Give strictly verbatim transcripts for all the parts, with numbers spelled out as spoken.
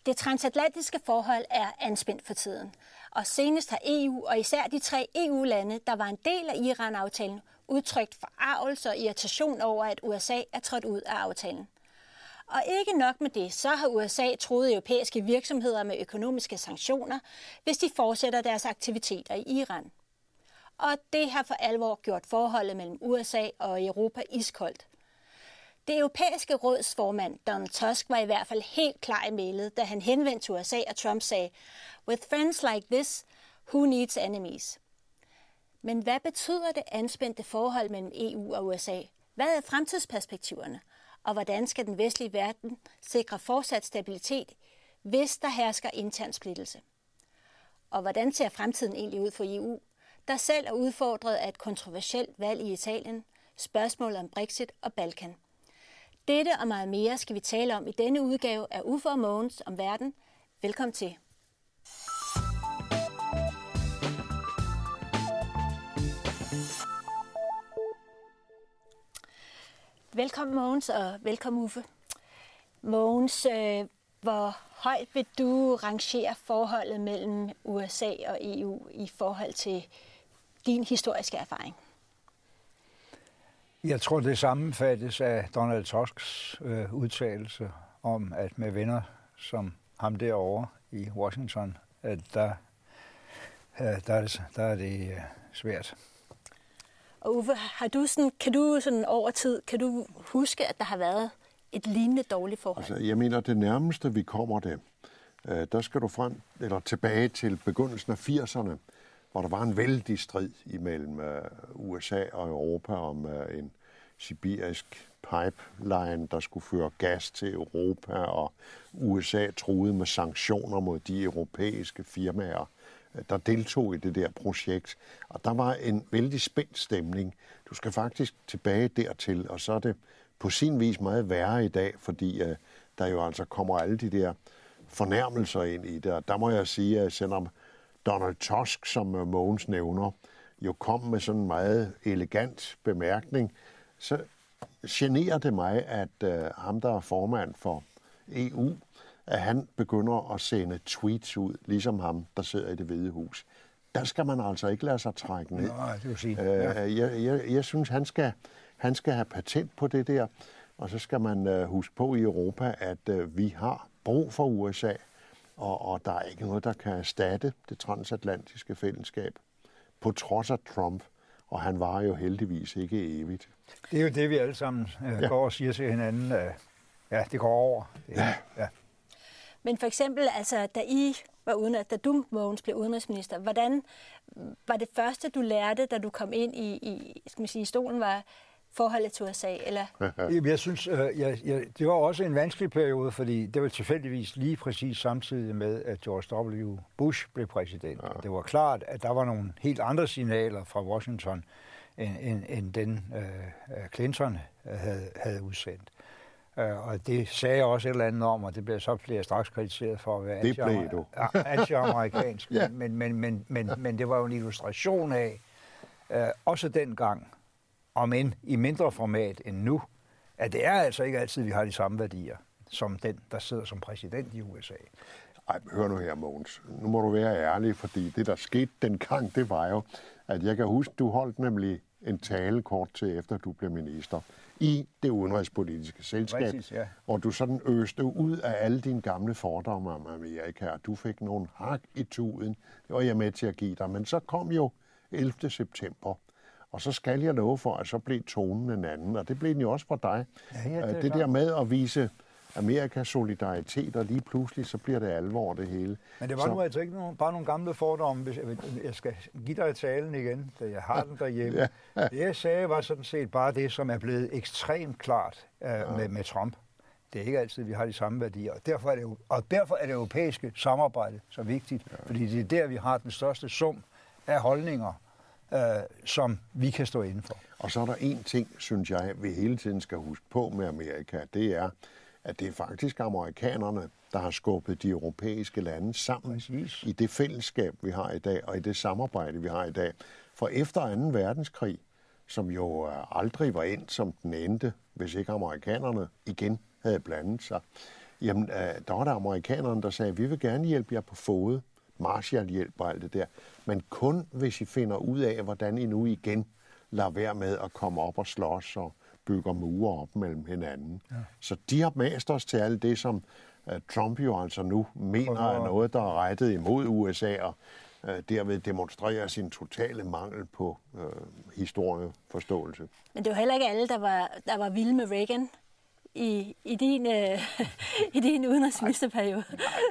Det transatlantiske forhold er anspændt for tiden, og senest har E U og især de tre E U-lande, der var en del af Iran-aftalen, udtrykt forargelse og irritation over, at U S A er trådt ud af aftalen. Og ikke nok med det, så har U S A truet europæiske virksomheder med økonomiske sanktioner, hvis de fortsætter deres aktiviteter i Iran. Og det har for alvor gjort forholdet mellem U S A og Europa iskoldt. Det europæiske råds formand, Donald Tusk, var i hvert fald helt klar i mailet, da han henvendte til U S A, og Trump sagde, "With friends like this, who needs enemies?" Men hvad betyder det anspændte forhold mellem E U og U S A? Hvad er fremtidsperspektiverne? Og hvordan skal den vestlige verden sikre fortsat stabilitet, hvis der hersker intern splittelse? Og hvordan ser fremtiden egentlig ud for E U, der selv er udfordret af et kontroversielt valg i Italien, spørgsmål om Brexit og Balkan? Dette og meget mere skal vi tale om i denne udgave af Uffe og Mogens om verden. Velkommen til. Velkommen Mogens og velkommen Uffe. Mogens, øh, hvor højt vil du rangere forholdet mellem U S A og E U i forhold til din historiske erfaring? Jeg tror, det sammenfattes af Donald Tusks øh, udtalelse om, at med venner som ham derovre i Washington, at der, øh, der, er, det, der er det øh, svært. Og Uffe, har du sådan, kan du sådan over tid, kan du huske, at der har været et lignende dårligt forhold? Altså, jeg mener, det nærmeste vi kommer det, øh, der skal du frem, eller tilbage til begyndelsen af firserne, hvor der var en vældig strid imellem øh, U S A og Europa om øh, en sibirisk pipeline, der skulle føre gas til Europa, og U S A truede med sanktioner mod de europæiske firmaer, øh, der deltog i det der projekt. Og der var en vældig spændt stemning. Du skal faktisk tilbage dertil, og så er det på sin vis meget værre i dag, fordi øh, der jo altså kommer alle de der fornærmelser ind i det. Og der må jeg sige, at selvom Donald Tusk, som Mogens nævner, jo kom med sådan en meget elegant bemærkning, så generer det mig, at uh, ham, der er formand for E U, at han begynder at sende tweets ud, ligesom ham, der sidder i Det Hvide Hus. Der skal man altså ikke lade sig trække ned. Nej, det vil sige. Uh, ja. jeg, jeg, jeg synes, han skal, han skal have patent på det der, og så skal man uh, huske på i Europa, at uh, vi har brug for U S A, Og, og der er ikke noget, der kan erstatte det transatlantiske fællesskab, på trods af Trump, og han var jo heldigvis ikke evigt. Det er jo det, vi alle sammen øh, ja. går og siger til hinanden. Øh, ja, det går over. Det, ja. Ja. Men for eksempel, altså, da I var uden, da du, Mogens, blev udenrigsminister, hvordan var det første, du lærte, da du kom ind i, i skal man sige, stolen, var forholdet til U S A, eller? Jeg synes, øh, jeg, jeg, det var også en vanskelig periode, fordi det var tilfældigvis lige præcis samtidig med, at George W. Bush blev præsident. Ja. Det var klart, at der var nogle helt andre signaler fra Washington, end, end, end den øh, Clinton havde, havde udsendt. Uh, og det sagde jeg også et eller andet om, og det blev så flere straks kritiseret for at være anti-amer- anti-amerikansk. ja. men, men, men, men, men det var jo en illustration af, uh, også dengang, om end i mindre format end nu, at det er altså ikke altid, vi har de samme værdier, som den, der sidder som præsident i U S A. Ej, hør nu her, Mogens. Nu må du være ærlig, fordi det, der skete dengang, det var jo, at jeg kan huske, du holdt nemlig en tale kort til, efter du blev minister, i det udenrigspolitiske selskab, Præcis, ja. hvor du sådan øste ud af alle dine gamle fordomme om Amerika, og du fik nogle hak i tuden. Det var jeg med til at give dig. Men så kom jo ellevte september, og så skal jeg love for, at så blev tonen en anden, og det blev den jo også for dig. Ja, ja, det det der med at vise Amerikas solidaritet, og lige pludselig så bliver det alvor, det hele. Men det var så nu altså ikke nogen, bare nogle gamle fordomme. Hvis jeg, jeg skal give dig talen igen, da jeg har den derhjemme. Ja, ja. Det jeg sagde var sådan set bare det, som er blevet ekstremt klart uh, ja. med, med Trump. Det er ikke altid, vi har de samme værdier. Og derfor er det, og derfor er det europæiske samarbejde så vigtigt, ja. fordi det er der, vi har den største sum af holdninger, uh, som vi kan stå indenfor. Og så er der en ting, synes jeg, vi hele tiden skal huske på med Amerika. Det er, at det er faktisk amerikanerne, der har skubbet de europæiske lande sammen Præcis. i det fællesskab, vi har i dag, og i det samarbejde, vi har i dag. For efter anden verdenskrig, som jo aldrig var endt, som den endte, hvis ikke amerikanerne igen havde blandet sig, Jamen, øh, der var der amerikanerne, der sagde, vi vil gerne hjælpe jer på fode, Marshallhjælp og alt det der, men kun hvis I finder ud af, hvordan I nu igen lader være med at komme op og slås og bygger mure op mellem hinanden. Ja. Så de har mast os til alt det, som uh, Trump jo altså nu mener er noget, der er rettet imod U S A, og uh, derved demonstrerer sin totale mangel på uh, historieforståelse. Men det var heller ikke alle, der var, der var vilde med Reagan i, i din, øh, i din udenrigsministerperiode.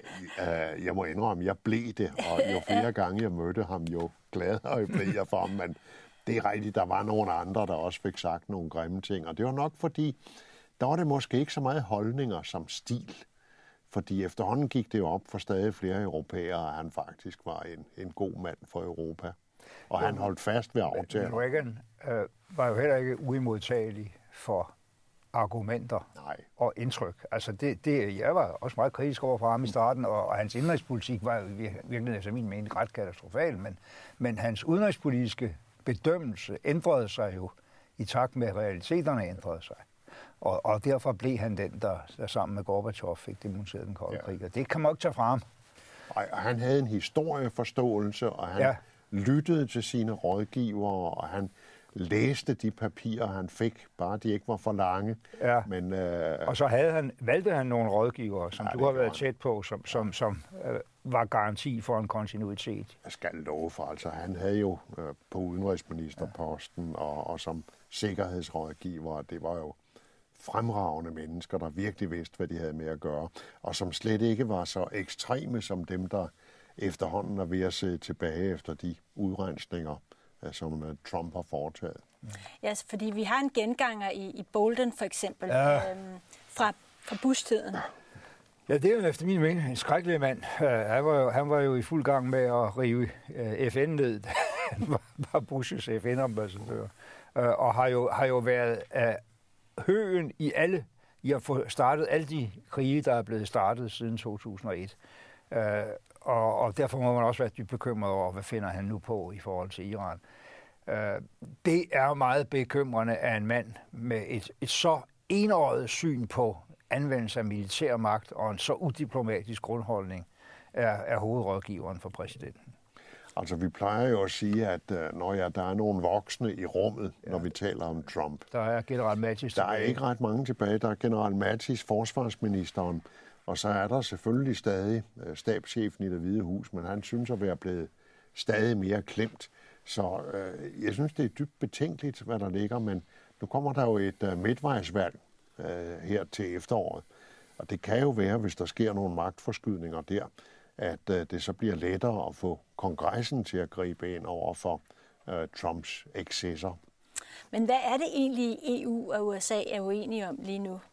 Nej, uh, jeg må indrømme, jeg blev det, og jo flere gange jeg mødte ham, jo gladere blev jeg for ham, men det er rigtigt, der var nogle andre, der også fik sagt nogle grimme ting, og det var nok fordi, der var det måske ikke så meget holdninger som stil, fordi efterhånden gik det jo op for stadig flere europæere, at han faktisk var en, en god mand for Europa, og jo, han holdt fast ved aftalen. Reagan øh, var jo heller ikke uimodtagelig for argumenter Nej. og indtryk. Altså det, det, jeg var også meget kritisk over for ham i starten, og, og hans indrigspolitik var jo virkelig efter min mening ret katastrofal, men, men hans udenrigspolitiske bedømmelse ændrede sig jo i takt med, at realiteterne ændrede sig. Og, og derfor blev han den, der, der sammen med Gorbachev fik demonteret den kolde ja. krig. Og det kan man ikke tage fra ham. Og han havde en historieforståelse, og han ja. lyttede til sine rådgivere, og han læste de papirer, han fik, bare de ikke var for lange. Ja. Men, øh... Og så havde han, valgte han nogle rådgivere, som ja, du har været tæt på, som, som, som øh, var garanti for en kontinuitet. Jeg skal love for, altså han havde jo øh, på udenrigsministerposten ja. og, og som sikkerhedsrådgiver, det var jo fremragende mennesker, der virkelig vidste, hvad de havde med at gøre, og som slet ikke var så ekstreme som dem, der efterhånden er ved at se tilbage efter de udrensninger, som Trump har foretaget. Ja, fordi vi har en genganger i, i Bolton for eksempel, ja. øhm, fra, fra Bush-tiden. Ja, det er jo efter min mening en skrækkelig mand. Uh, han, var jo, han var jo i fuld gang med at rive uh, F N ned. Han var, var Bushes F N-ambassadør. Uh, og har jo, har jo været uh, høen i alle, i at få startet alle de krige, der er blevet startet siden to tusind og et. Uh, Og, og derfor må man også være dybt bekymret over, hvad finder han nu på i forhold til Iran. Uh, det er meget bekymrende, at en mand med et, et så enøjet syn på anvendelse af militær magt og en så udiplomatisk grundholdning er, er hovedrådgiveren for præsidenten. Altså, vi plejer jo at sige, at uh, når ja, der er nogle voksne i rummet, ja. når vi taler om Trump. Der er general Mattis tilbage. Der er ikke ret mange tilbage. Der er general Mattis, forsvarsministeren. Og så er der selvfølgelig stadig stabschefen i Det Hvide Hus, men han synes at være blevet stadig mere klemt. Så øh, jeg synes, det er dybt betænkeligt, hvad der ligger, men nu kommer der jo et øh, midtvejsvalg øh, her til efteråret. Og det kan jo være, hvis der sker nogle magtforskydninger der, at øh, det så bliver lettere at få kongressen til at gribe ind over for øh, Trumps excesser. Men hvad er det egentlig, E U og U S A er uenige om lige nu?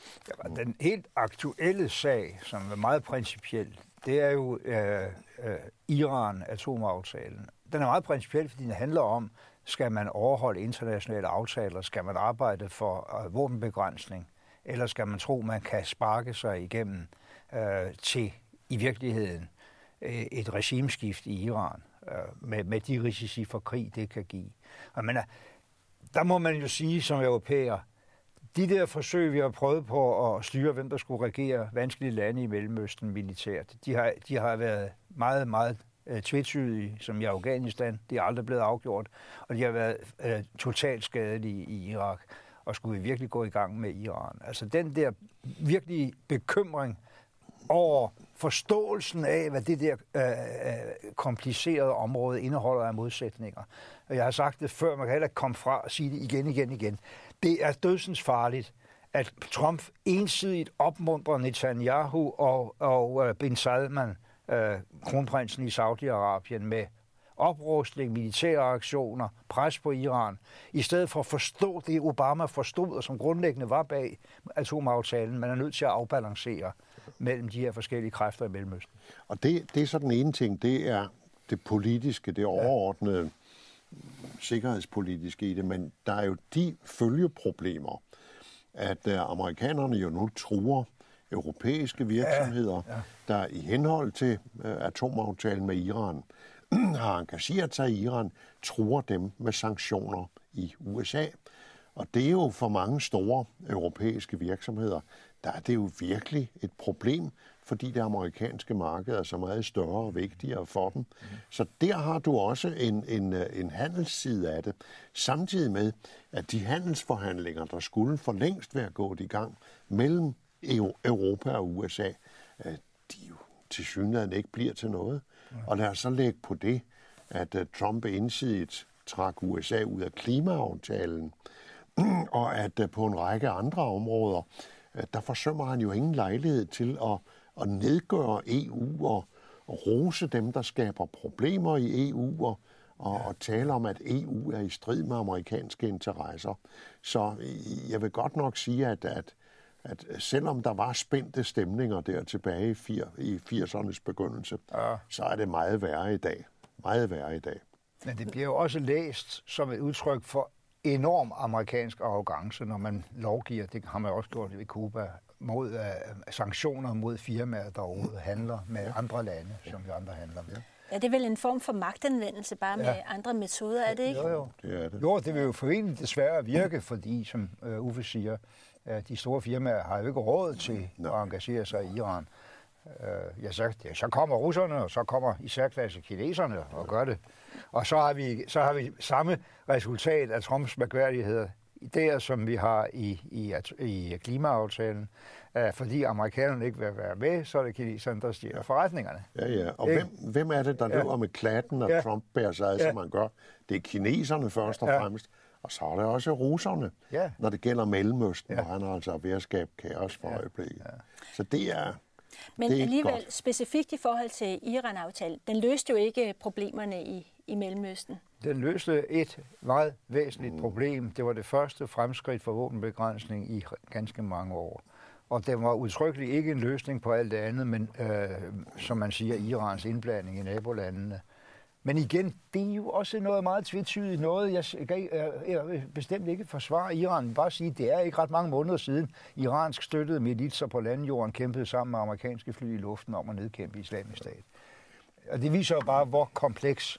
Ja, den helt aktuelle sag, som er meget principiel, det er jo øh, øh, Iran-atomaftalen. Den er meget principiel, fordi den handler om, skal man overholde internationale aftaler, skal man arbejde for øh, våbenbegrænsning, eller skal man tro, man kan sparke sig igennem øh, til i virkeligheden øh, et regimeskift i Iran, øh, med, med de risici for krig, det kan give. Og men, der må man jo sige som europæer, de der forsøg, vi har prøvet på at styre, hvem der skulle regere vanskelige lande i Mellemøsten militært, de har, de har været meget, meget uh, tvetydige, som i Afghanistan. De er aldrig blevet afgjort, og de har været uh, totalt skadelige i Irak. Og skulle vi virkelig gå i gang med Iran? Altså den der virkelig bekymring over forståelsen af, hvad det der uh, komplicerede område indeholder af modsætninger. Og jeg har sagt det før, man kan heller ikke komme fra og sige det igen, igen, igen. Det er dødsens farligt, at Trump ensidigt opmuntrer Netanyahu og, og Bin Salman, øh, kronprinsen i Saudi-Arabien, med oprustning, militære aktioner, pres på Iran, i stedet for at forstå det, Obama forstod, og som grundlæggende var bag atomaftalen. Man er nødt til at afbalancere mellem de her forskellige kræfter i Mellemøsten. Og det, det er så den ene ting, det er det politiske, det overordnede, ja. sikkerhedspolitiske i det, men der er jo de følgeproblemer, at uh, amerikanerne jo nu truer europæiske virksomheder, ja, ja. der i henhold til uh, atomaftalen med Iran har engageret sig i Iran, truer dem med sanktioner i U S A. Og det er jo for mange store europæiske virksomheder, der er det jo virkelig et problem, fordi det amerikanske marked er så meget større og vigtigere for dem. Mm. Så der har du også en, en, en handelsside af det, samtidig med, at de handelsforhandlinger, der skulle for længst være gået i gang mellem Europa og U S A, de jo tilsyneladende ikke bliver til noget. Mm. Og lad os så lægge på det, at Trump ensidigt trak U S A ud af klimaaftalen, og at på en række andre områder, der forsømmer han jo ingen lejlighed til at, at nedgøre E U og, og rose dem, der skaber problemer i E U, og, og, og tale om, at E U er i strid med amerikanske interesser. Så jeg vil godt nok sige, at, at, at selvom der var spændte stemninger der tilbage i firsernes begyndelse, ja. så er det meget værre i dag. Meget værre i dag. Men det bliver jo også læst som et udtryk for enorm amerikansk arrogance, når man lovgiver, det har man også gjort i Cuba, mod uh, sanktioner mod firmaer, der overhovedet handler med andre lande, som vi andre handler med. Ja, det er vel en form for magtanvendelse, bare med ja. andre metoder, er det ikke? Jo, jo. Det er det. Jo, det vil jo formentlig desværre virke, fordi, som uh, Uffe siger, uh, de store firmaer har jo ikke råd til no. at engagere sig i Iran. Uh, ja, så, ja, så kommer russerne, og så kommer især klasse kineserne og gør det. Og så har vi, så har vi samme resultat af Trumps mærkværdigheder der, som vi har i, i, i klimaaftalen. Uh, fordi amerikanerne ikke vil være med, så er det kineserne, der stjæler forretningerne. Ja, ja. Og hvem, hvem er det, der ja. løber med klatten, når ja. Trump bærer sig ad, ja. som han gør? Det er kineserne først og ja. fremmest. Og så er det også russerne, ja. når det gælder Mellemøsten, ja. hvor han er altså ved at skabe kaos for ja. øjeblikket. Ja. Så det er... Men alligevel, godt. specifikt i forhold til Iran-aftalen, den løste jo ikke problemerne i, i Mellemøsten. Den løste et meget væsentligt mm. problem. Det var det første fremskridt for våbenbegrænsning i ganske mange år. Og det var udtrykkeligt ikke en løsning på alt det andet, men øh, som man siger, Irans indblanding i nabolandene. Men igen, det er jo også noget meget tvetydigt noget. Jeg, jeg, jeg vil bestemt ikke forsvare Iran. Jeg vil bare sige, at det er ikke ret mange måneder siden, iransk støttede militser på landjorden kæmpede sammen med amerikanske fly i luften om at nedkæmpe Islamisk Stat. Og det viser jo bare, hvor kompleks.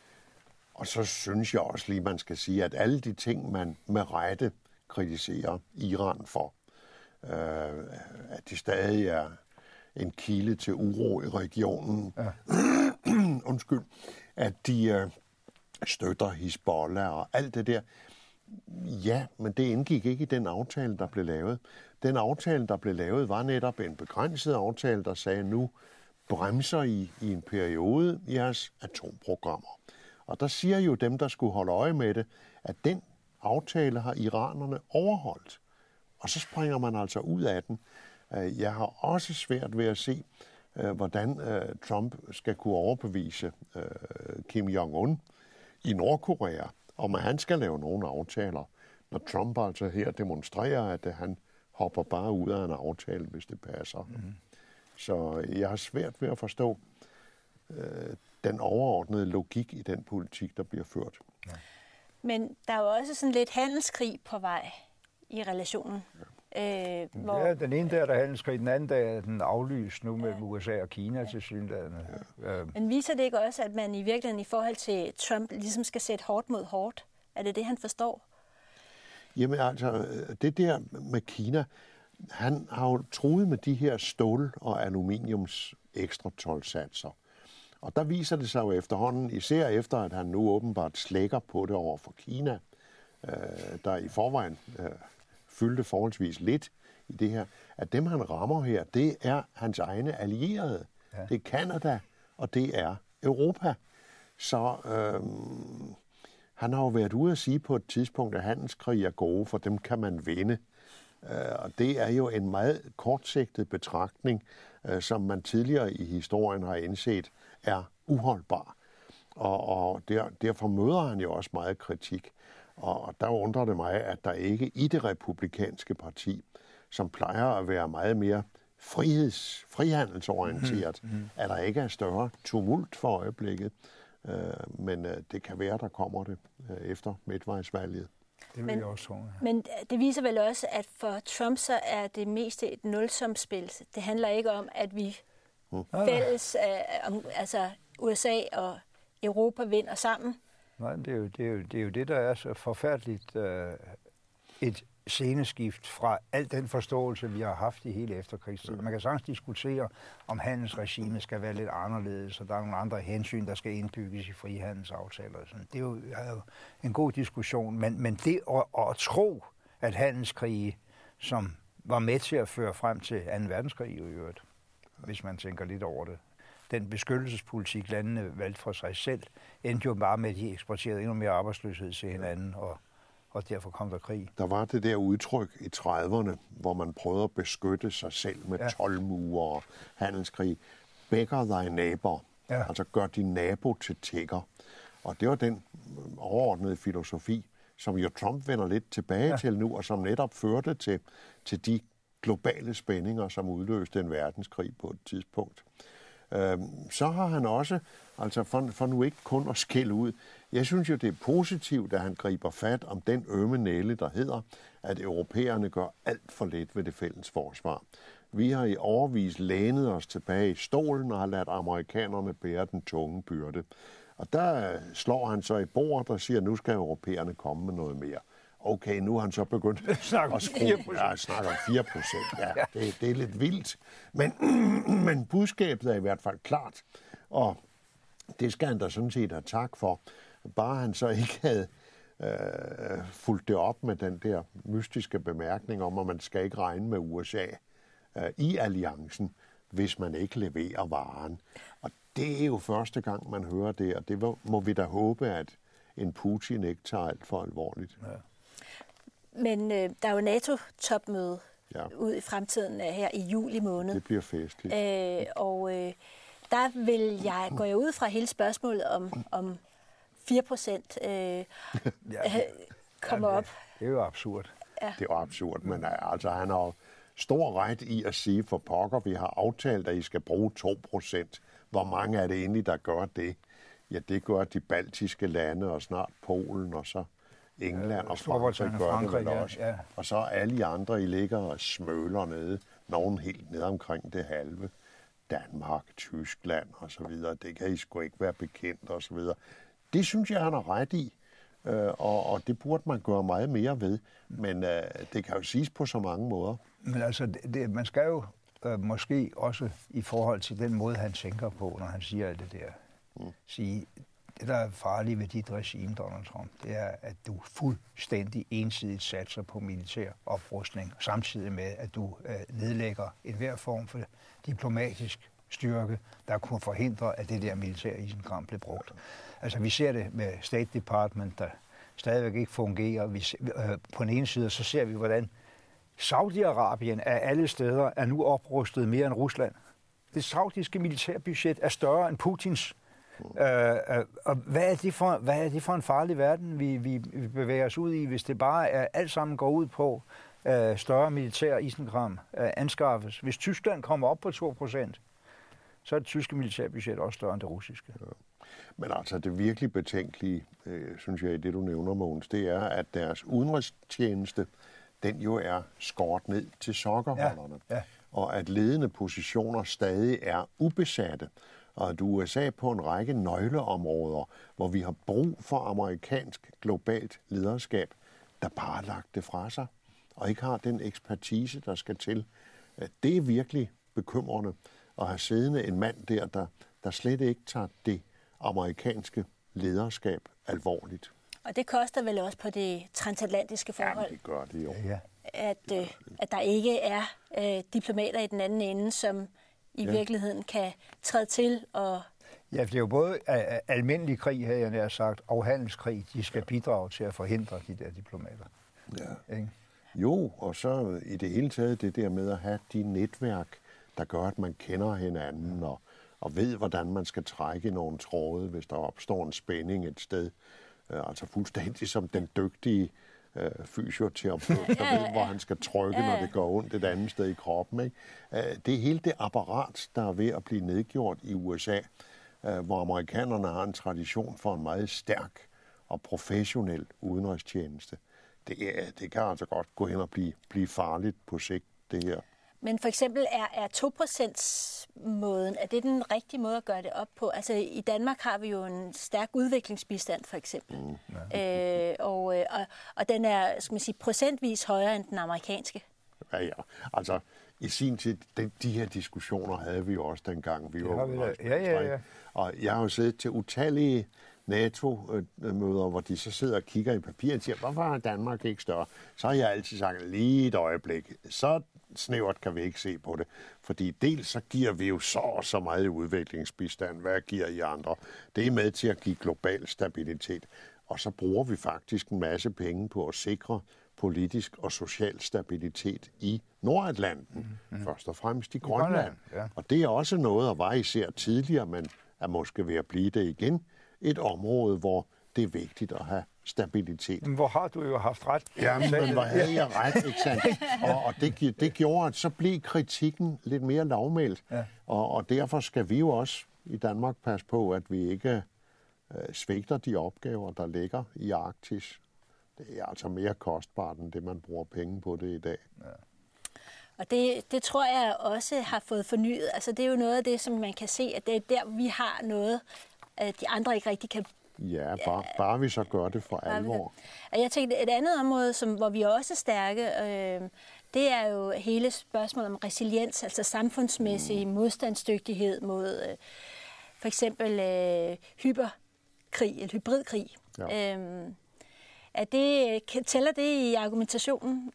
Og så synes jeg også lige, man skal sige, at alle de ting, man med rette kritiserer Iran for, øh, at de stadig er en kilde til uro i regionen, ja. undskyld, at de øh, støtter Hizbollah og alt det der. Ja, men det indgik ikke i den aftale, der blev lavet. Den aftale, der blev lavet, var netop en begrænset aftale, der sagde, nu bremser I i en periode jeres atomprogrammer. Og der siger jo dem, der skulle holde øje med det, at den aftale har iranerne overholdt. Og så springer man altså ud af den. Jeg har også svært ved at se, hvordan Trump skal kunne overbevise Kim Jong-un i Nordkorea, om at han skal lave nogle aftaler, når Trump altså her demonstrerer, at han hopper bare ud af en aftale, hvis det passer. Mm. Så jeg har svært ved at forstå øh, den overordnede logik i den politik, der bliver ført. Ja. Men der er jo også sådan lidt handelskrig på vej i relationen. Ja. Øh, hvor... Ja, den ene dag er der handelskrig, den anden dag er den aflyst nu mellem ja. U S A og Kina ja. til synligheden. Ja. Ja. Men viser det ikke også, at man i virkeligheden i forhold til Trump ligesom skal sætte hårdt mod hårdt? Er det det, han forstår? Jamen altså, det der med Kina, han har jo truet med de her stål- og aluminiums ekstra toldsatser. Og der viser det sig jo efterhånden, især efter at han nu åbenbart slækker på det over for Kina, øh, der i forvejen øh, fyldte forholdsvis lidt i det her, at dem han rammer her, det er hans egne allierede. Ja. Det er Canada, og det er Europa. Så øh, han har jo været ude at sige på et tidspunkt, at handelskrig er gode, for dem kan man vinde. Og det er jo en meget kortsigtet betragtning, som man tidligere i historien har indset er uholdbar. Og, og der, derfor møder han jo også meget kritik. Og der undrer det mig, at der ikke i det republikanske parti, som plejer at være meget mere friheds, frihandelsorienteret, mm-hmm. at der ikke er større tumult for øjeblikket. Men det kan være, der kommer det efter midtvejsvalget. Det men, også tro, ja. men det viser vel også, at for Trump så er det meste et nulsumsspil. Det handler ikke om, at vi mm. fælles, øh, altså U S A og Europa vinder sammen. Nej, det er jo det, er jo, det, er jo det der er så forfærdeligt. Øh, et sceneskift fra al den forståelse, vi har haft i hele efterkrigstiden. Man kan sagtens diskutere, om handelsregimet skal være lidt anderledes, og der er nogle andre hensyn, der skal indbygges i frihandelsaftaler. Det er jo, er jo en god diskussion, men, men det at, at tro, at handelskrige, som var med til at føre frem til anden verdenskrig i øvrigt, hvis man tænker lidt over det, den beskyttelsespolitik, landene valgte for sig selv, endte jo bare med, at de eksporterede endnu mere arbejdsløshed til hinanden, og og derfor kom der krig. Der var det der udtryk i trediverne, hvor man prøvede at beskytte sig selv med ja. toldmure og handelskrig. Beggar thy neighbor, ja. altså gør din nabo til tigger. Og det var den overordnede filosofi, som jo Trump vender lidt tilbage ja. til nu, og som netop førte til, til de globale spændinger, som udløste en verdenskrig på et tidspunkt. Øhm, så har han også, altså for, for nu ikke kun at skælde ud, jeg synes jo, det er positivt, at han griber fat om den ømme næle, der hedder, at europæerne gør alt for lidt ved det fælles forsvar. Vi har i årevis lænet os tilbage i stolen og har ladt amerikanerne bære den tunge byrde. Og der slår han så i bordet og siger, at nu skal europæerne komme med noget mere. Okay, nu har han så begyndt at snakke om fire procent. Ja, snakke om fire procent. Ja, det, det er lidt vildt. Men, men budskabet er i hvert fald klart, og det skal han da sådan set have tak for. Bare han så ikke havde øh, fulgt det op med den der mystiske bemærkning om, at man skal ikke regne med U S A øh, i alliancen, hvis man ikke leverer varen. Og det er jo første gang, man hører det, og det må vi da håbe, at en Putin ikke tager alt for alvorligt. Ja. Men øh, der er jo NATO-topmøde ja. ud i fremtiden her i juli måned. Det bliver festligt. Øh, og øh, der vil jeg, går jeg ud fra hele spørgsmålet om, om fire procent øh, ja, kommer ja, op. Det er jo absurd. Ja. Det er jo absurd, men altså, han har stor ret i at sige for pokker, vi har aftalt, at I skal bruge to procent. Hvor mange er det egentlig, der gør det? Ja, det gør de baltiske lande, og snart Polen, og så England og Frankrig gør det vel også. Ja. Og så alle de andre, I ligger og smøler nede, nogen helt ned omkring det halve. Danmark, Tyskland og så videre. Det kan I sgu ikke være bekendt og så videre. Det synes jeg, han har ret i, og, og det burde man gøre meget mere ved. Men øh, det kan jo siges på så mange måder. Men altså, det, det, man skal jo øh, måske også i forhold til den måde, han tænker på, når han siger det der, mm. sige, det, der er farligt ved dit regime, Donald Trump, det er, at du fuldstændig ensidigt satser på militær oprustning, samtidig med, at du øh, nedlægger enhver form for diplomatisk styrke, der kunne forhindre, at det der militære isenkram blev brugt. Altså, vi ser det med State Department, der stadigvæk ikke fungerer. Vi, øh, på den ene side, så ser vi, hvordan Saudi-Arabien af alle steder er nu oprustet mere end Rusland. Det saudiske militærbudget er større end Putins. Øh, øh, og hvad er, det for, hvad er det for en farlig verden, vi, vi, vi bevæger os ud i, hvis det bare er, alt sammen går ud på øh, større militær isenkram øh, anskaffes? Hvis Tyskland kommer op på to procent, så er det tyske militærbudget også større end det russiske. Ja. Men altså det virkelig betænkelige, øh, synes jeg, i det du nævner, Mogens, det er, at deres udenrigstjeneste, den jo er skåret ned til sokkerholderne. Ja. Ja. Og at ledende positioner stadig er ubesatte. Og at U S A på en række nøgleområder, hvor vi har brug for amerikansk globalt lederskab, der bare har lagt det fra sig, og ikke har den ekspertise, der skal til. Det er virkelig bekymrende at have siddende en mand der, der, der slet ikke tager det amerikanske lederskab alvorligt. Og det koster vel også på det transatlantiske forhold? Ja, det gør det jo. Ja. At, øh, at der ikke er øh, diplomater i den anden ende, som i ja. virkeligheden kan træde til og... Ja, det er jo både uh, almindelig krig, havde jeg nær sagt, og handelskrig, de skal ja. bidrage til at forhindre de der diplomater. Ja. Ikke? Jo, og så i det hele taget det der med at have de netværk, der gør, at man kender hinanden og, og ved, hvordan man skal trække nogle tråde, hvis der opstår en spænding et sted. Uh, altså fuldstændig som den dygtige uh, fysioterapeut, der ved, hvor han skal trykke, når det går ondt et andet sted i kroppen. Ikke? Uh, det er hele det apparat, der er ved at blive nedgjort i U S A, uh, hvor amerikanerne har en tradition for en meget stærk og professionel udenrigstjeneste. Det, er, det kan altså godt gå hen og blive, blive farligt på sigt, det her. Men for eksempel er, er to procent-måden, er det den rigtige måde at gøre det op på? Altså i Danmark har vi jo en stærk udviklingsbistand for eksempel, mm, ja. øh, og, og, og den er, skal man sige, procentvis højere end den amerikanske. Ja, ja. Altså i sin tid, de, de her diskussioner havde vi jo også dengang, vi det var vi ja, ja, ja. Og jeg har jo siddet til utallige NATO-møder, hvor de så sidder og kigger i papiret og siger, hvorfor er Danmark ikke større? Så har jeg altid sagt, lige et øjeblik, så snævert kan vi ikke se på det. Fordi dels så giver vi jo så og så meget i udviklingsbistand. Hvad giver I andre? Det er med til at give global stabilitet. Og så bruger vi faktisk en masse penge på at sikre politisk og social stabilitet i Nordatlanten. Mm-hmm. Først og fremmest i Grønland. I Grønland ja. Og det er også noget, der var især tidligere, men er måske ved at blive det igen. Et område, hvor det er vigtigt at have stabilitet. Men hvor har du jo haft ret. Ja, men hvor havde jeg ret, ikke sandt? Og, og det, det gjorde, at så blev kritikken lidt mere lavmældt. Ja. Og, og derfor skal vi jo også i Danmark passe på, at vi ikke øh, svigter de opgaver, der ligger i Arktis. Det er altså mere kostbart, end det, man bruger penge på det i dag. Ja. Og det, det tror jeg også har fået fornyet. Altså det er jo noget af det, som man kan se, at det er der, vi har noget, at de andre ikke rigtig kan. Ja, bare, bare vi så gør det for alvor. Og jeg tænkte, et andet område, som, hvor vi også er stærke, øh, det er jo hele spørgsmålet om resiliens, altså samfundsmæssig mm. modstandsdygtighed mod øh, for eksempel øh, hyperkrig eller hybridkrig. Ja. Øh, er det, tæller det i argumentationen?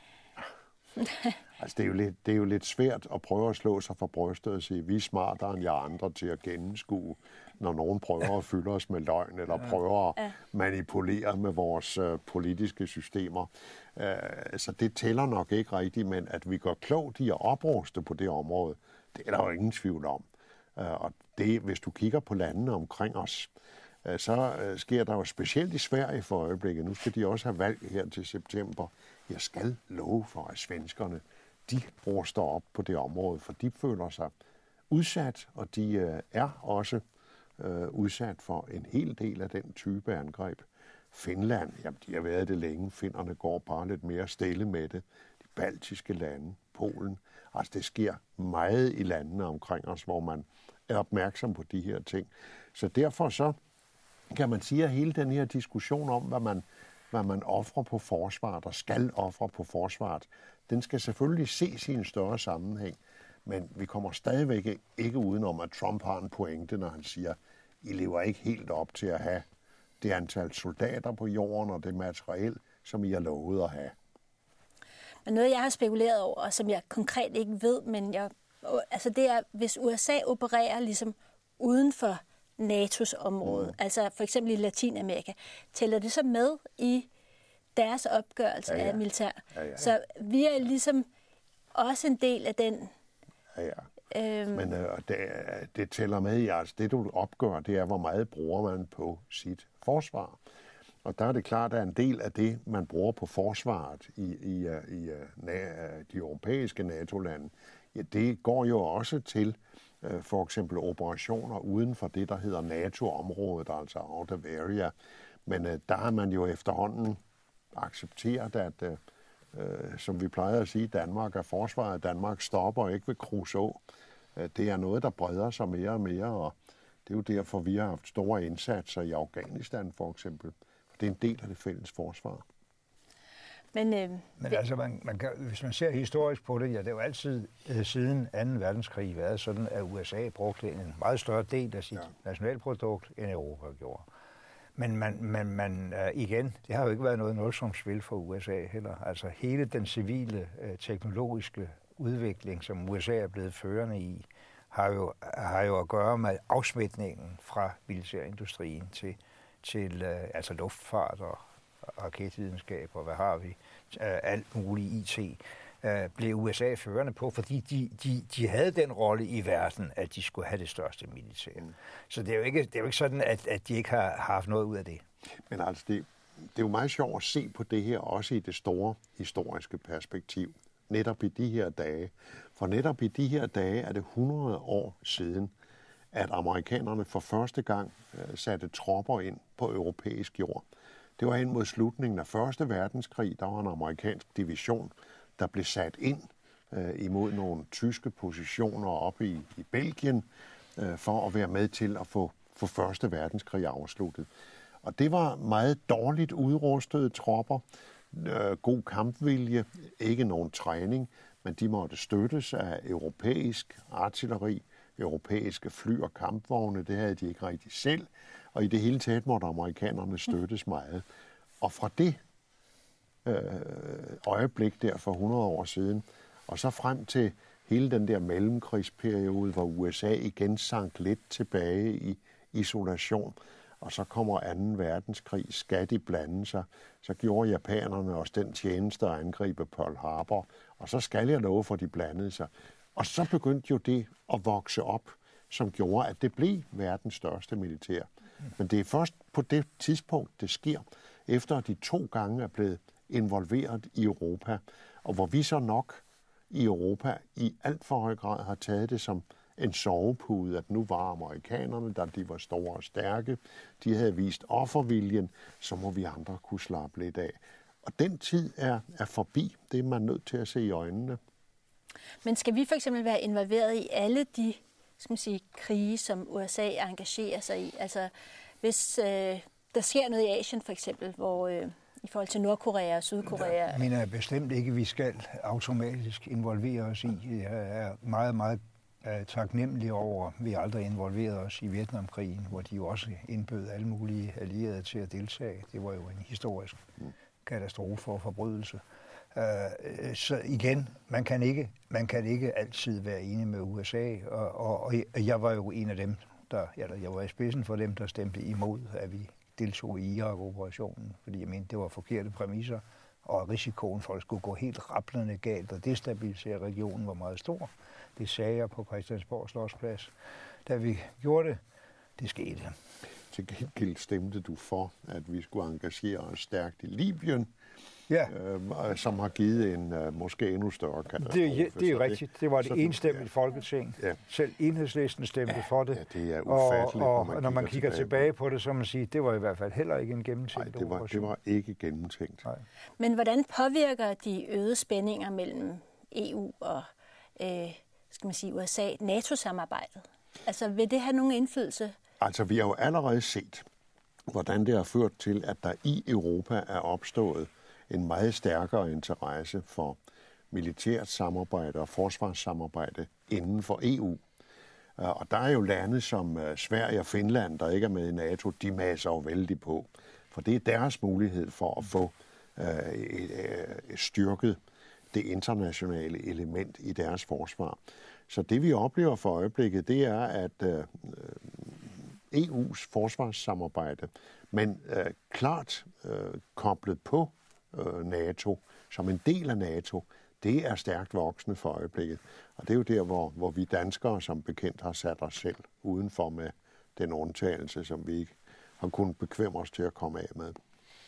Altså, det er, jo lidt, det er jo lidt svært at prøve at slå sig for brystet og sige, vi er smartere end jer andre til at gennemskue, når nogen prøver at fylde os med løgn, eller prøver at manipulere med vores uh, politiske systemer. Uh, så det tæller nok ikke rigtigt, men at vi går klogt i at opruste på det område, det er der jo ingen tvivl om. Uh, og det, hvis du kigger på landene omkring os, uh, så uh, sker der jo specielt i Sverige for øjeblikket. Nu skal de også have valg her til september. Jeg skal love for, at svenskerne, de ruster op på det område, for de føler sig udsat, og de øh, er også øh, udsat for en hel del af den type angreb. Finland, jamen de har været det længe, finnerne går bare lidt mere stille med det. De baltiske lande, Polen, altså det sker meget i landene omkring os, hvor man er opmærksom på de her ting. Så derfor så kan man sige, at hele den her diskussion om, hvad man hvad man offrer på forsvaret og skal ofre på forsvaret, den skal selvfølgelig ses i en større sammenhæng. Men vi kommer stadigvæk ikke udenom, at Trump har en pointe, når han siger, I lever ikke helt op til at have det antal soldater på jorden og det materiel, som I har lovet at have. Men noget, jeg har spekuleret over, og som jeg konkret ikke ved, men jeg, altså det er, hvis U S A opererer ligesom uden for N A T O's område, mm. altså for eksempel i Latinamerika, tæller det så med i deres opgørelse ja, ja. af militær? Ja, ja, ja. Så vi er ligesom også en del af den. Ja, ja. Øhm. Men øh, det, det tæller med i, altså det du opgør, det er, hvor meget bruger man på sit forsvar. Og der er det klart, at en del af det, man bruger på forsvaret i, i, i, i de europæiske NATO-lande, ja, det går jo også til for eksempel operationer uden for det, der hedder NATO-området, altså out of area. Men øh, der har man jo efterhånden accepteret, at, øh, som vi plejer at sige, Danmark er forsvaret. Danmark stopper ikke ved Kruså. Det er noget, der breder sig mere og mere, og det er jo derfor, vi har haft store indsatser i Afghanistan for eksempel. Det er en del af det fælles forsvar. Men, øh, Men altså, man, man kan, hvis man ser historisk på det, ja, det er jo altid øh, siden anden verdenskrig været sådan, at U S A brugte en meget større del af sit ja. nationalprodukt, end Europa gjorde. Men man, man, man øh, igen, det har jo ikke været noget nulsumsspil for U S A heller. Altså hele den civile øh, teknologiske udvikling, som U S A er blevet førende i, har jo, har jo at gøre med afsmitningen fra militærindustrien til, til øh, altså luftfart og raketvidenskab og hvad har vi, alt muligt I T, blev U S A førende på, fordi de, de, de havde den rolle i verden, at de skulle have det største militær. Mm. Så det er jo ikke, det er jo ikke sådan, at, at de ikke har haft noget ud af det. Men altså, det, det er jo meget sjovt at se på det her, også i det store historiske perspektiv, netop i de her dage. For netop i de her dage er det hundrede år siden, at amerikanerne for første gang satte tropper ind på europæisk jord. Det var hen mod slutningen af første verdenskrig, der var en amerikansk division, der blev sat ind øh, imod nogle tyske positioner oppe i, i Belgien, øh, for at være med til at få, få Første Verdenskrig afsluttet. Og det var meget dårligt udrustede tropper, øh, god kampvilje, ikke nogen træning, men de måtte støttes af europæisk artilleri, europæiske fly og kampvogne. Det havde de ikke rigtig selv, og i det hele taget måtte amerikanerne støttes meget. Og fra det øh, øjeblik der for hundrede år siden, og så frem til hele den der mellemkrigsperiode, hvor U S A igen sank lidt tilbage i isolation, og så kommer anden verdenskrig, skal de blande sig, så gjorde japanerne også den tjeneste at angribe Pearl Harbor, og så skal jeg love for, at de blandede sig. Og så begyndte jo det at vokse op, som gjorde, at det blev verdens største militær. Men det er først på det tidspunkt, det sker, efter at de to gange er blevet involveret i Europa, og hvor vi så nok i Europa i alt for høj grad har taget det som en sovepude, at nu var amerikanerne, da de var store og stærke, de havde vist offerviljen, så må vi andre kunne slappe lidt af. Og den tid er, er forbi. Det er man nødt til at se i øjnene. Men skal vi for eksempel være involveret i alle de, skal man sige, krige, som U S A engagerer sig i? Altså, hvis øh, der sker noget i Asien for eksempel, hvor øh, i forhold til Nordkorea og Sydkorea... Jeg mener bestemt ikke, at vi skal automatisk involvere os i. Jeg er meget, meget taknemmelig over, at vi aldrig involverede os i Vietnamkrigen, hvor de jo også indbød alle mulige allierede til at deltage. Det var jo en historisk katastrofe og forbrydelse. Så igen, man kan ikke, man kan ikke altid være enig med U S A, og, og, og jeg var jo en af dem, der, eller jeg var i spidsen for dem, der stemte imod, at vi deltog i Irak-operationen, fordi jeg mente, det var forkerte præmisser, og risikoen for at skulle gå helt rablende galt og destabilisere regionen var meget stor. Det sagde jeg på Christiansborg Slotsplads. Da vi gjorde det, det skete. Til gengæld stemte du for, at vi skulle engagere os stærkt i Libyen, ja. øh, som har givet en øh, måske endnu større katastrofe. Det, ja, det er rigtigt. Det var det enstemmigt ja. Folketing. Ja. Selv Enhedslisten stemte ja, for det. Ja, det er ufatteligt, og, og når man, når man kigger, kigger tilbage, tilbage på det, så må man sige, det var i hvert fald heller ikke en gennemtænkt Nej, det var, operation. det var ikke gennemtænkt. Nej. Men hvordan påvirker de øgede spændinger mellem E U og øh, skal man sige, U S A NATO-samarbejdet? Altså, vil det have nogen indflydelse? Altså, vi har jo allerede set, hvordan det har ført til, at der i Europa er opstået en meget stærkere interesse for militært samarbejde og forsvarssamarbejde inden for E U. Og der er jo lande som Sverige og Finland, der ikke er med i NATO, de masser jo vældig på. For det er deres mulighed for at få øh, et, et styrket det internationale element i deres forsvar. Så det vi oplever for øjeblikket, det er, at øh, E U's forsvarssamarbejde, men øh, klart øh, koblet på øh, NATO, som en del af NATO, det er stærkt voksende for øjeblikket. Og det er jo der, hvor, hvor vi danskere som bekendt har sat os selv udenfor med den undtagelse, som vi ikke har kunnet bekvemme os til at komme af med.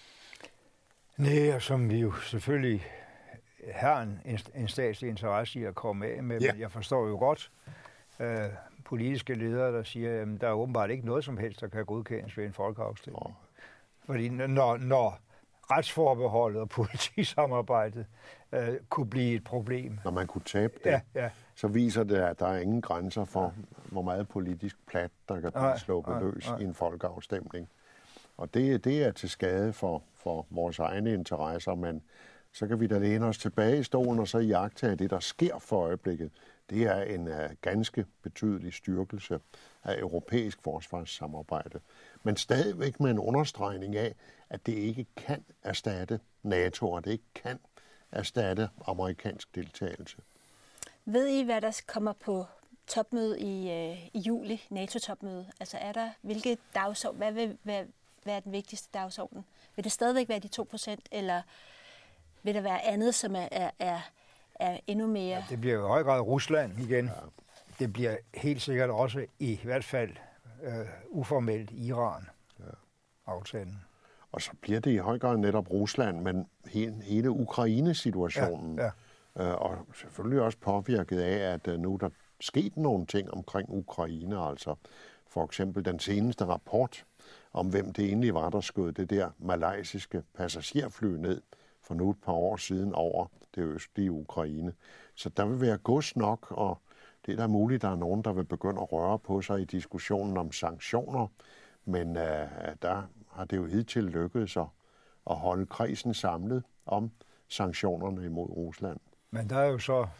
Nej, og som vi jo selvfølgelig har en, en statslig interesse i at komme af med, ja. Men jeg forstår jo godt øh, politiske ledere, der siger, at der er åbenbart ikke noget som helst, der kan godkendes ved en folkeafstemning. Oh. Fordi når, når retsforbeholdet og politisamarbejdet øh, kunne blive et problem. Når man kunne tabe det, ja, ja. så viser det, at der er ingen grænser for, ja. hvor meget politisk plat, der kan blive sluppet løs i en folkeafstemning. Og det, det er til skade for, for vores egne interesser, men så kan vi da læne os tilbage i stolen og så iagttage det, der sker for øjeblikket. Det er en uh, ganske betydelig styrkelse af europæisk forsvarssamarbejde. Men stadigvæk med en understregning af, at det ikke kan erstatte NATO, og det ikke kan erstatte amerikansk deltagelse. Ved I, hvad der kommer på topmøde i, øh, i juli, NATO-topmøde? Altså er der, hvilke dagsorden, hvad vil hvad, hvad er den vigtigste dagsorden? Vil det stadigvæk være de to procent, eller vil der være andet, som er, er, er, er endnu mere? Ja, det bliver jo i høj grad Rusland igen. Ja. Det bliver helt sikkert også i hvert fald øh, uformelt Iran, ja. aftalen. Og så bliver det i høj grad netop Rusland, men hele, hele Ukraine-situationen. Ja, ja. Øh, og selvfølgelig også påvirket af, at øh, nu der sket nogle ting omkring Ukraine. Altså for eksempel den seneste rapport om, hvem det egentlig var, der skød det der malaysiske passagerfly ned for nu et par år siden over det østlige Ukraine. Så der vil være gods nok, og det er da muligt, at der er nogen, der vil begynde at røre på sig i diskussionen om sanktioner, men øh, der har det jo hidtil lykkedes at, at holde kredsen samlet om sanktionerne imod Rusland. Men der er jo så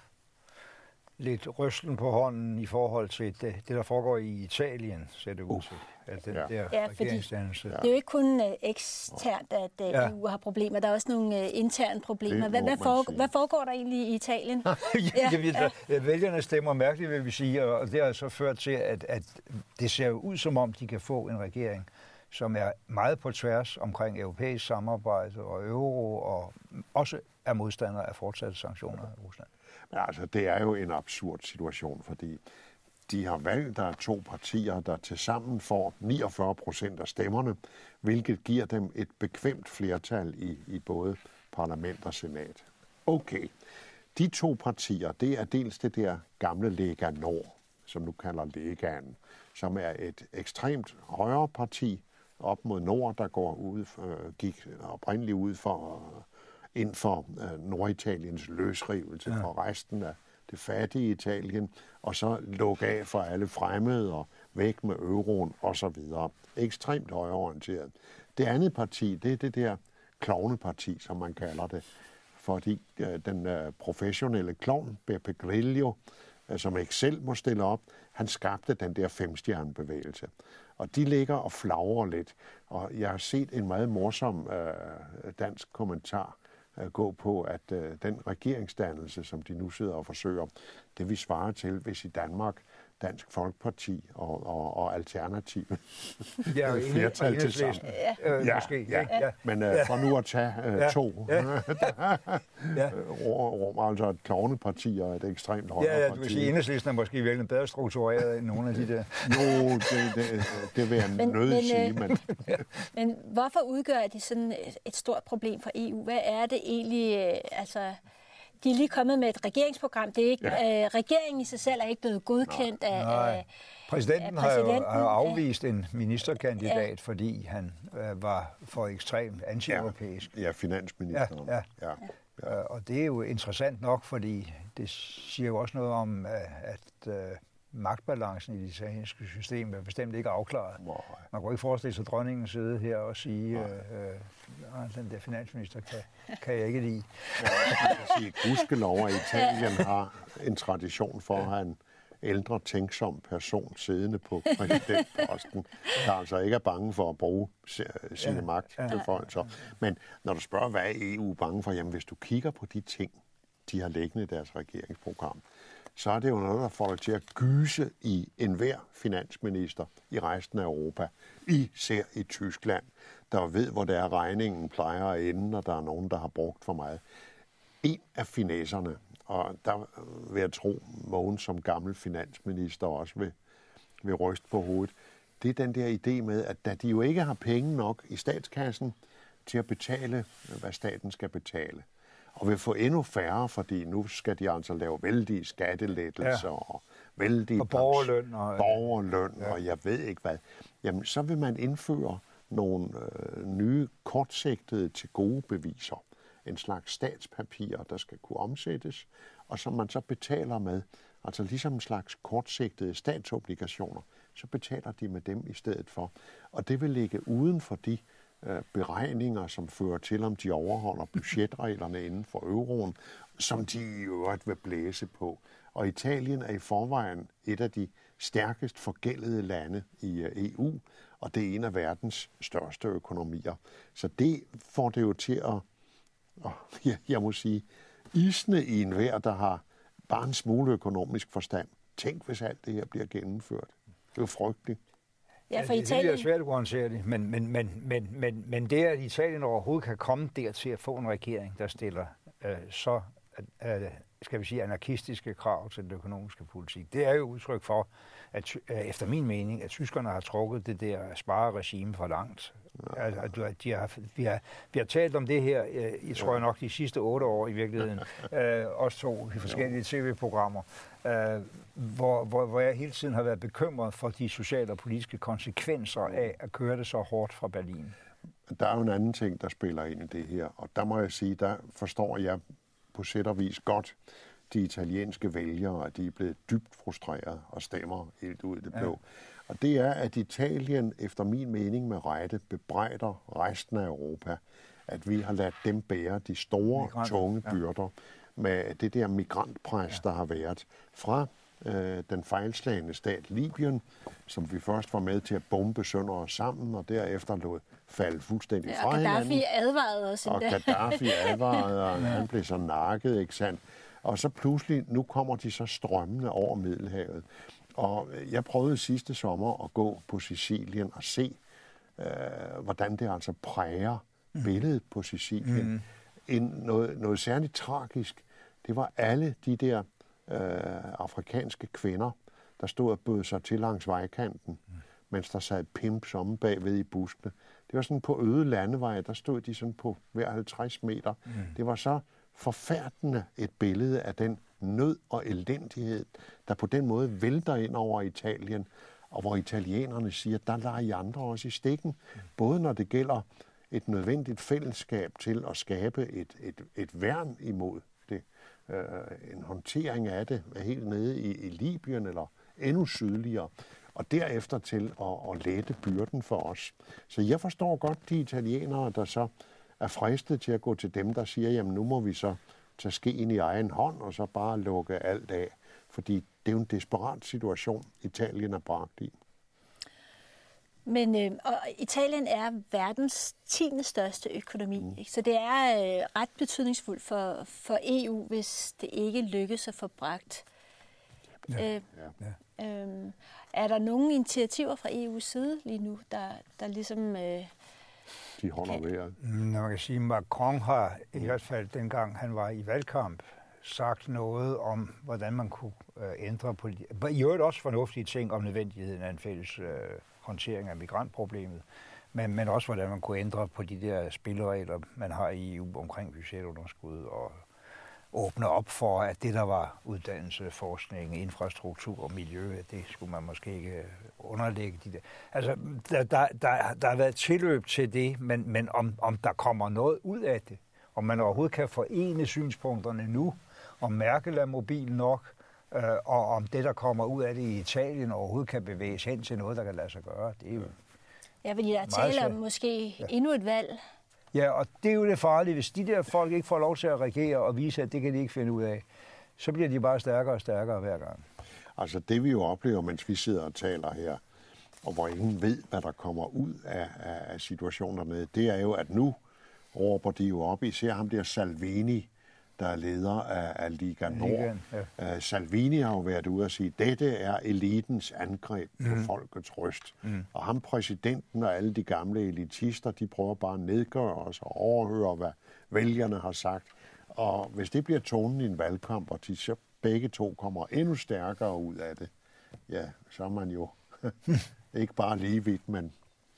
lidt ryslen på hånden i forhold til det, det der foregår i Italien, ser det ud til. At den Ja. der Ja, fordi regeringsdannelse. det er jo ikke kun uh, eksternt, at uh, Ja. E U har problemer. Der er også nogle uh, interne problemer. Det Hvad, må hvad, man foregår, sige. hvad foregår der egentlig i Italien? ja, ja, ja. Vælgerne stemmer mærkeligt, vil vi sige, og det har så ført til, at, at det ser ud som om, de kan få en regering, som er meget på tværs omkring europæisk samarbejde og euro, og også er modstander af fortsatte sanktioner af Rusland. Men altså, det er jo en absurd situation, fordi de har valgt, der er to partier, der tilsammen får niogfyrre procent af stemmerne, hvilket giver dem et bekvemt flertal i, i både parlament og senat. Okay, de to partier, det er dels det der gamle Lega Nord, som nu kalder Legaen, som er et ekstremt højre parti op mod nord, der går ud, øh, gik oprindeligt ud for øh, ind for øh, Norditaliens løsrivelse ja. fra resten af det fattige Italien, og så lukke af for alle fremmede og væk med euroen osv. Ekstremt højreorienteret. Det andet parti, det er det der klovneparti, som man kalder det, fordi øh, den øh, professionelle klovn, Beppe Grillo, øh, som ikke selv må stille op, han skabte den der femstjernebevægelse. Og de ligger og flagrer lidt. Og jeg har set en meget morsom øh, dansk kommentar gå på, at øh, den regeringsdannelse, som de nu sidder og forsøger, det vi svarer til, hvis i Danmark Dansk Folkeparti og, og, og Alternativ Ja, og flertal til sammen. Ja, øh, ja, måske. Ja. Ja. Ja. Men øh, for nu at tage øh, ja. to, ja. ja. rum altså et klovneparti og et ekstremt højre Ja, ja, du parti. vil sige, at Enhedslisten er måske virkelig bedre struktureret end nogle af de der. Jo, det, det, det vil jeg Men- nødt men, sige, øh, men Men hvorfor udgør det sådan et, et stort problem for E U? Hvad er det egentlig? øh, Altså, de er lige kommet med et regeringsprogram. Det er ikke, ja. øh, regeringen i sig selv er ikke blevet godkendt af, Nej. af Præsidenten, af har jo præsidenten, har jo ja. afvist en ministerkandidat, ja. fordi han øh, var for ekstremt anti-europæisk. ja, finansministeren. Ja, ja. Ja. Og det er jo interessant nok, fordi det siger jo også noget om, at øh, magtbalancen i det italienske system er bestemt ikke afklaret. Nej. Man kan ikke forestille sig, at dronningen sidde her og sige, øh, øh, den der finansminister kan, kan jeg ikke lide. Ja, man kan sige, gudskelov, at Italien har en tradition for at have en ældre, tænksom person siddende på præsidentposten, der altså ikke er bange for at bruge sine Ja, magtbeføjelser. Men når du spørger, hvad er E U bange for? Jamen, hvis du kigger på de ting, de har liggende i deres regeringsprogram, så er det jo noget, der får dig til at gyse i enhver finansminister i resten af Europa, især i Tyskland, der ved, hvor det er, regningen plejer at ende, og der er nogen, der har brugt for meget. En af finesserne, og der vil jeg tro, Mogens som gammel finansminister også vil, vil ryste på hovedet, det er den der idé med, at da de jo ikke har penge nok i statskassen til at betale, hvad staten skal betale, og vil få endnu færre, fordi nu skal de altså lave vældige skattelettelser ja. og vældige og borgerløn, og, borgerløn ja. og jeg ved ikke hvad. Jamen, så vil man indføre nogle øh, nye kortsigtede til gode beviser. En slags statspapirer, der skal kunne omsættes, og som man så betaler med. Altså ligesom en slags kortsigtede statsobligationer, så betaler de med dem i stedet for. Og det vil ligge uden for de beregninger, som fører til, om de overholder budgetreglerne inden for euroen, som de i øvrigt vil blæse på. Og Italien er i forvejen et af de stærkest forgældede lande i E U, og det er en af verdens største økonomier. Så det får det jo til at, at jeg må sige, isne i enhver, der har bare en smule økonomisk forstand. Tænk, hvis alt det her bliver gennemført. Det er jo frygteligt. Ja, for ja, Italien... Det bliver svært uansageligt, men, men, men, men, men, men det, at Italien overhovedet kan komme dertil at få en regering, der stiller øh, så, øh, skal vi sige, anarkistiske krav til den økonomiske politik, det er jo udtryk for, at øh, efter min mening, at tyskerne har trukket det der spareregime for langt. Altså, at de har, vi, har, vi har talt om det her, øh, jeg tror jeg nok, de sidste otte år i virkeligheden, øh, også to i forskellige tv-programmer, øh, hvor, hvor, hvor jeg hele tiden har været bekymret for de sociale og politiske konsekvenser af at køre det så hårdt fra Berlin. Der er jo en anden ting, der spiller ind i det her, og der må jeg sige, der forstår jeg på sæt og vis godt de italienske vælgere, at de er blevet dybt frustrerede og stemmer helt ud i det blå. Ja. Og det er, at Italien, efter min mening med rette, bebrejder resten af Europa, at vi har ladet dem bære de store, Migranter. tunge byrder ja. med det der migrantpres, ja. der har været fra øh, den fejlslagende stat Libyen, som vi først var med til at bombe sønder os sammen, og derefter lod falde fuldstændig ja, fra hinanden. Gaddafi advarede os. Og Gaddafi advarede, og han blev så nakket, ikke sandt? Og så pludselig, nu kommer de så strømmende over Middelhavet. Og jeg prøvede sidste sommer at gå på Sicilien og se, øh, hvordan det altså præger mm. billedet på Sicilien. Mm. En, noget, noget særligt tragisk, det var alle de der øh, afrikanske kvinder, der stod og bød sig til langs vejkanten, mm. mens der sad pimps omme bagved i buskene. Det var sådan på øde landeveje, der stod de sådan på hver halvtreds meter. Mm. Det var så forfærdende et billede af den nød og elendighed, der på den måde vælter ind over Italien, og hvor italienerne siger, der lader I andre også i stikken. Både når det gælder et nødvendigt fællesskab til at skabe et, et, et værn imod det, øh, en håndtering af det helt nede i, i Libyen eller endnu sydligere, og derefter til at, at lette byrden for os. Så jeg forstår godt de italienere, der så er fristet til at gå til dem, der siger, jamen nu må vi så tage skeen i egen hånd, og så bare lukke alt af. Fordi det er jo en desperat situation, Italien er bragt i. Men øh, og Italien er verdens tiende største økonomi, mm. ikke? Så det er øh, ret betydningsfuldt for, for E U, hvis det ikke lykkes at få bragt. Ja. Øh, ja. øh, er der nogle initiativer fra E U's side lige nu, der, der ligesom... Øh, De holder vejret. Når man kan sige, Macron har i hvert fald dengang han var i valgkamp sagt noget om, hvordan man kunne øh, ændre på de, i øvrigt også fornuftige ting om nødvendigheden af en fælles øh, håndtering af migrantproblemet, men, men også hvordan man kunne ændre på de der spilleregler, man har i E U omkring budgetunderskud og åbne op for, at det, der var uddannelse, forskning, infrastruktur og miljø, det skulle man måske ikke underlægge. De der. Altså, der, der, der, der har været tilløb til det, men, men om, om der kommer noget ud af det, om man overhovedet kan forene synspunkterne nu, om Merkel er mobil nok, øh, og om det, der kommer ud af det i Italien, overhovedet kan bevæges hen til noget, der kan lade sig gøre. Det er jo ja, fordi der taler om måske ja. endnu et valg. Ja, og det er jo det farlige. Hvis de der folk ikke får lov til at regere og vise, at det kan de ikke finde ud af, så bliver de bare stærkere og stærkere hver gang. Altså det vi jo oplever, mens vi sidder og taler her, og hvor ingen ved, hvad der kommer ud af, af, af situationerne, det er jo, at nu råber de jo op, især ham der Salvini, der er leder af, af Liga Nord. Ligaen, ja. uh, Salvini har jo været ude og sige, at dette er elitens angreb på mm. folkets røst. Mm. Og ham præsidenten og alle de gamle elitister, de prøver bare at nedgøre os og overhøre, hvad vælgerne har sagt. Og hvis det bliver tonen i en valgkamp, og de så begge to kommer endnu stærkere ud af det, ja, så er man jo ikke bare lige vidt, men...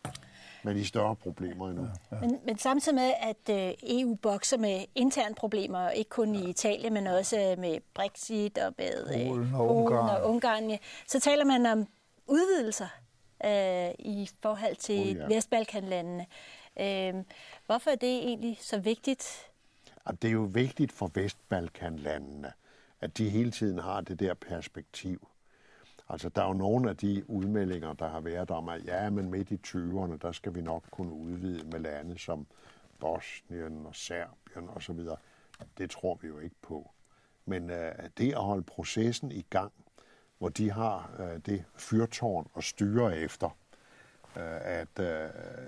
men i større problemer endnu. Ja, ja. Men, men samtidig med, at E U bokser med interne problemer, ikke kun i Italien, men også med Brexit og med Polen og, Polen og Ungarn, så taler man om udvidelser øh, i forhold til oh, ja. Vestbalkanlandene. Øh, hvorfor er det egentlig så vigtigt? Det er jo vigtigt for Vestbalkanlandene, at de hele tiden har det der perspektiv. Altså, der er jo nogle af de udmeldinger, der har været om, at ja, men midt i tyverne, der skal vi nok kunne udvide med lande som Bosnien og Serbien osv. Det tror vi jo ikke på. Men øh, det at holde processen i gang, hvor de har øh, det fyrtårn at styre efter, øh, at øh,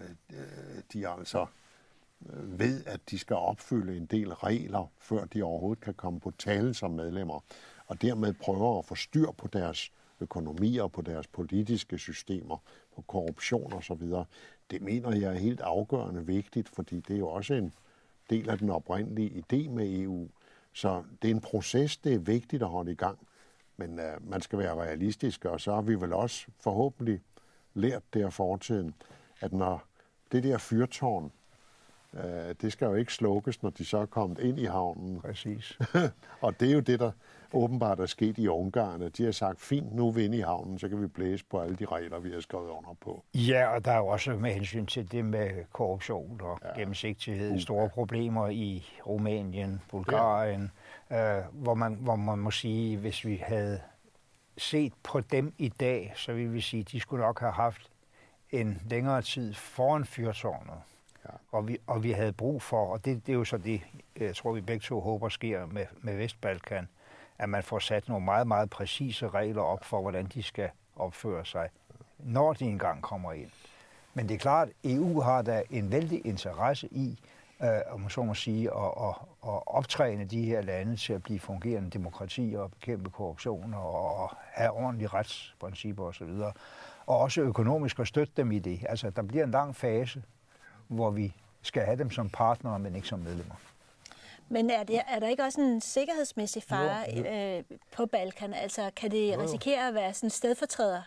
de altså øh, ved, at de skal opfylde en del regler, før de overhovedet kan komme på tale som medlemmer, og dermed prøver at få styr på deres økonomier, på deres politiske systemer, på korruption og så videre. Det mener jeg er helt afgørende vigtigt, fordi det er jo også en del af den oprindelige idé med E U. Så det er en proces, det er vigtigt at holde i gang, men uh, man skal være realistisk, og så har vi vel også forhåbentlig lært det af fortiden, at når det der fyrtårn, uh, det skal jo ikke slukkes, når de så er kommet ind i havnen. Præcis. Og det er jo det, der åbenbart er sket i Ungarn. De har sagt, fint, nu er vi inde i havnen, så kan vi blæse på alle de regler, vi har skrevet under på. Ja, og der er jo også med hensyn til det med korruption og ja. gennemsigtighed, store problemer i Rumænien, Bulgarien, øh, hvor, man, hvor man må sige, hvis vi havde set på dem i dag, så ville vi sige, at de skulle nok have haft en længere tid foran fyrtårnet. Ja. Og, vi, og vi havde brug for, og det, det er jo så det, jeg tror, vi begge to håber sker med, med Vestbalkan, at man får sat nogle meget, meget præcise regler op for, hvordan de skal opføre sig, når de engang kommer ind. Men det er klart, at E U har da en vældig interesse i, øh, om man så må sige, at, at, at optræne de her lande til at blive fungerende demokratier og bekæmpe korruption og, og have ordentlige retsprincipper osv. Og også økonomisk at støtte dem i det. Altså, der bliver en lang fase, hvor vi skal have dem som partnere, men ikke som medlemmer. Men er, det, er der ikke også en sikkerhedsmæssig fare jo, jo. Øh, på Balkan? Altså, kan det risikere at være sådan en stedfortræder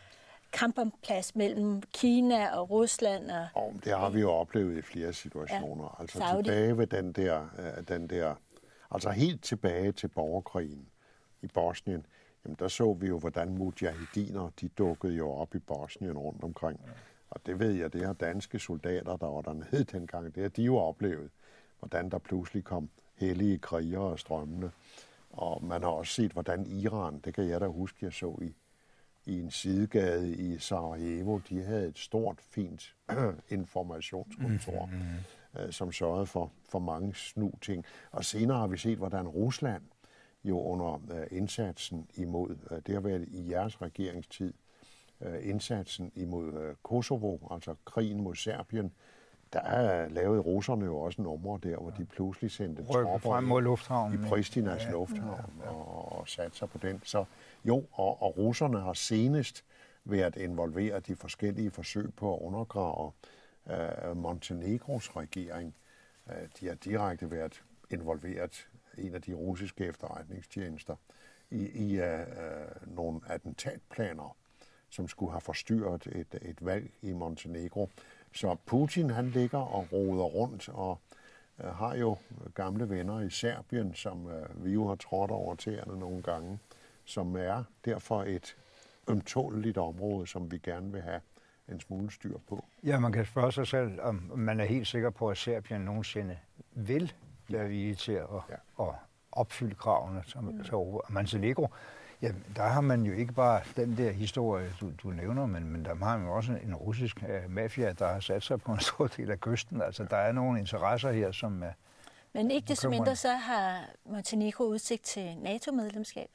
kampplads mellem Kina og Rusland? Og, oh, det har vi jo oplevet i flere situationer. Ja, altså Saudi. Tilbage ved den der, uh, den der, altså helt tilbage til borgerkrigen i Bosnien, jamen der så vi jo, hvordan mujahediner, de dukkede jo op i Bosnien rundt omkring. Ja. Og det ved jeg, det har danske soldater, der var dernede dengang, det har de jo oplevet, hvordan der pludselig kom hellige krigere og strømmende. Og man har også set, hvordan Iran, det kan jeg da huske, jeg så i, i en sidegade i Sarajevo, de havde et stort, fint informationskontor, mm-hmm. som sørgede for, for mange snu ting. Og senere har vi set, hvordan Rusland jo under indsatsen imod, det har været i jeres regeringstid, indsatsen imod Kosovo, altså krigen mod Serbien, der er lavet russerne jo også numre der, hvor de pludselig sendte tropper frem mod lufthavnen i Pristinas ja, lufthavn ja, ja. Og, og satte sig på den. Så jo, og, og russerne har senest været involveret i forskellige forsøg på at undergrave uh, Montenegros regering. Uh, de har direkte været involveret i en af de russiske efterretningstjenester i, i uh, uh, nogle attentatplaner, som skulle have forstyrret et, et valg i Montenegro. Så Putin, han ligger og roder rundt og øh, har jo gamle venner i Serbien, som øh, vi jo har trådt over tæerne nogle gange, som er derfor et ømtåleligt område, som vi gerne vil have en smule styr på. Ja, man kan spørge sig selv, om man er helt sikker på, at Serbien nogensinde vil være villige til at, ja. at opfylde kravene til Montenegro. Ja, der har man jo ikke bare den der historie, du, du nævner, men, men der har man jo også en russisk uh, mafia, der har sat sig på en stor del af kysten. Altså, der er nogle interesser her, som... Uh, men ikke desto mindre, så har Montenegro udsigt til NATO-medlemskab.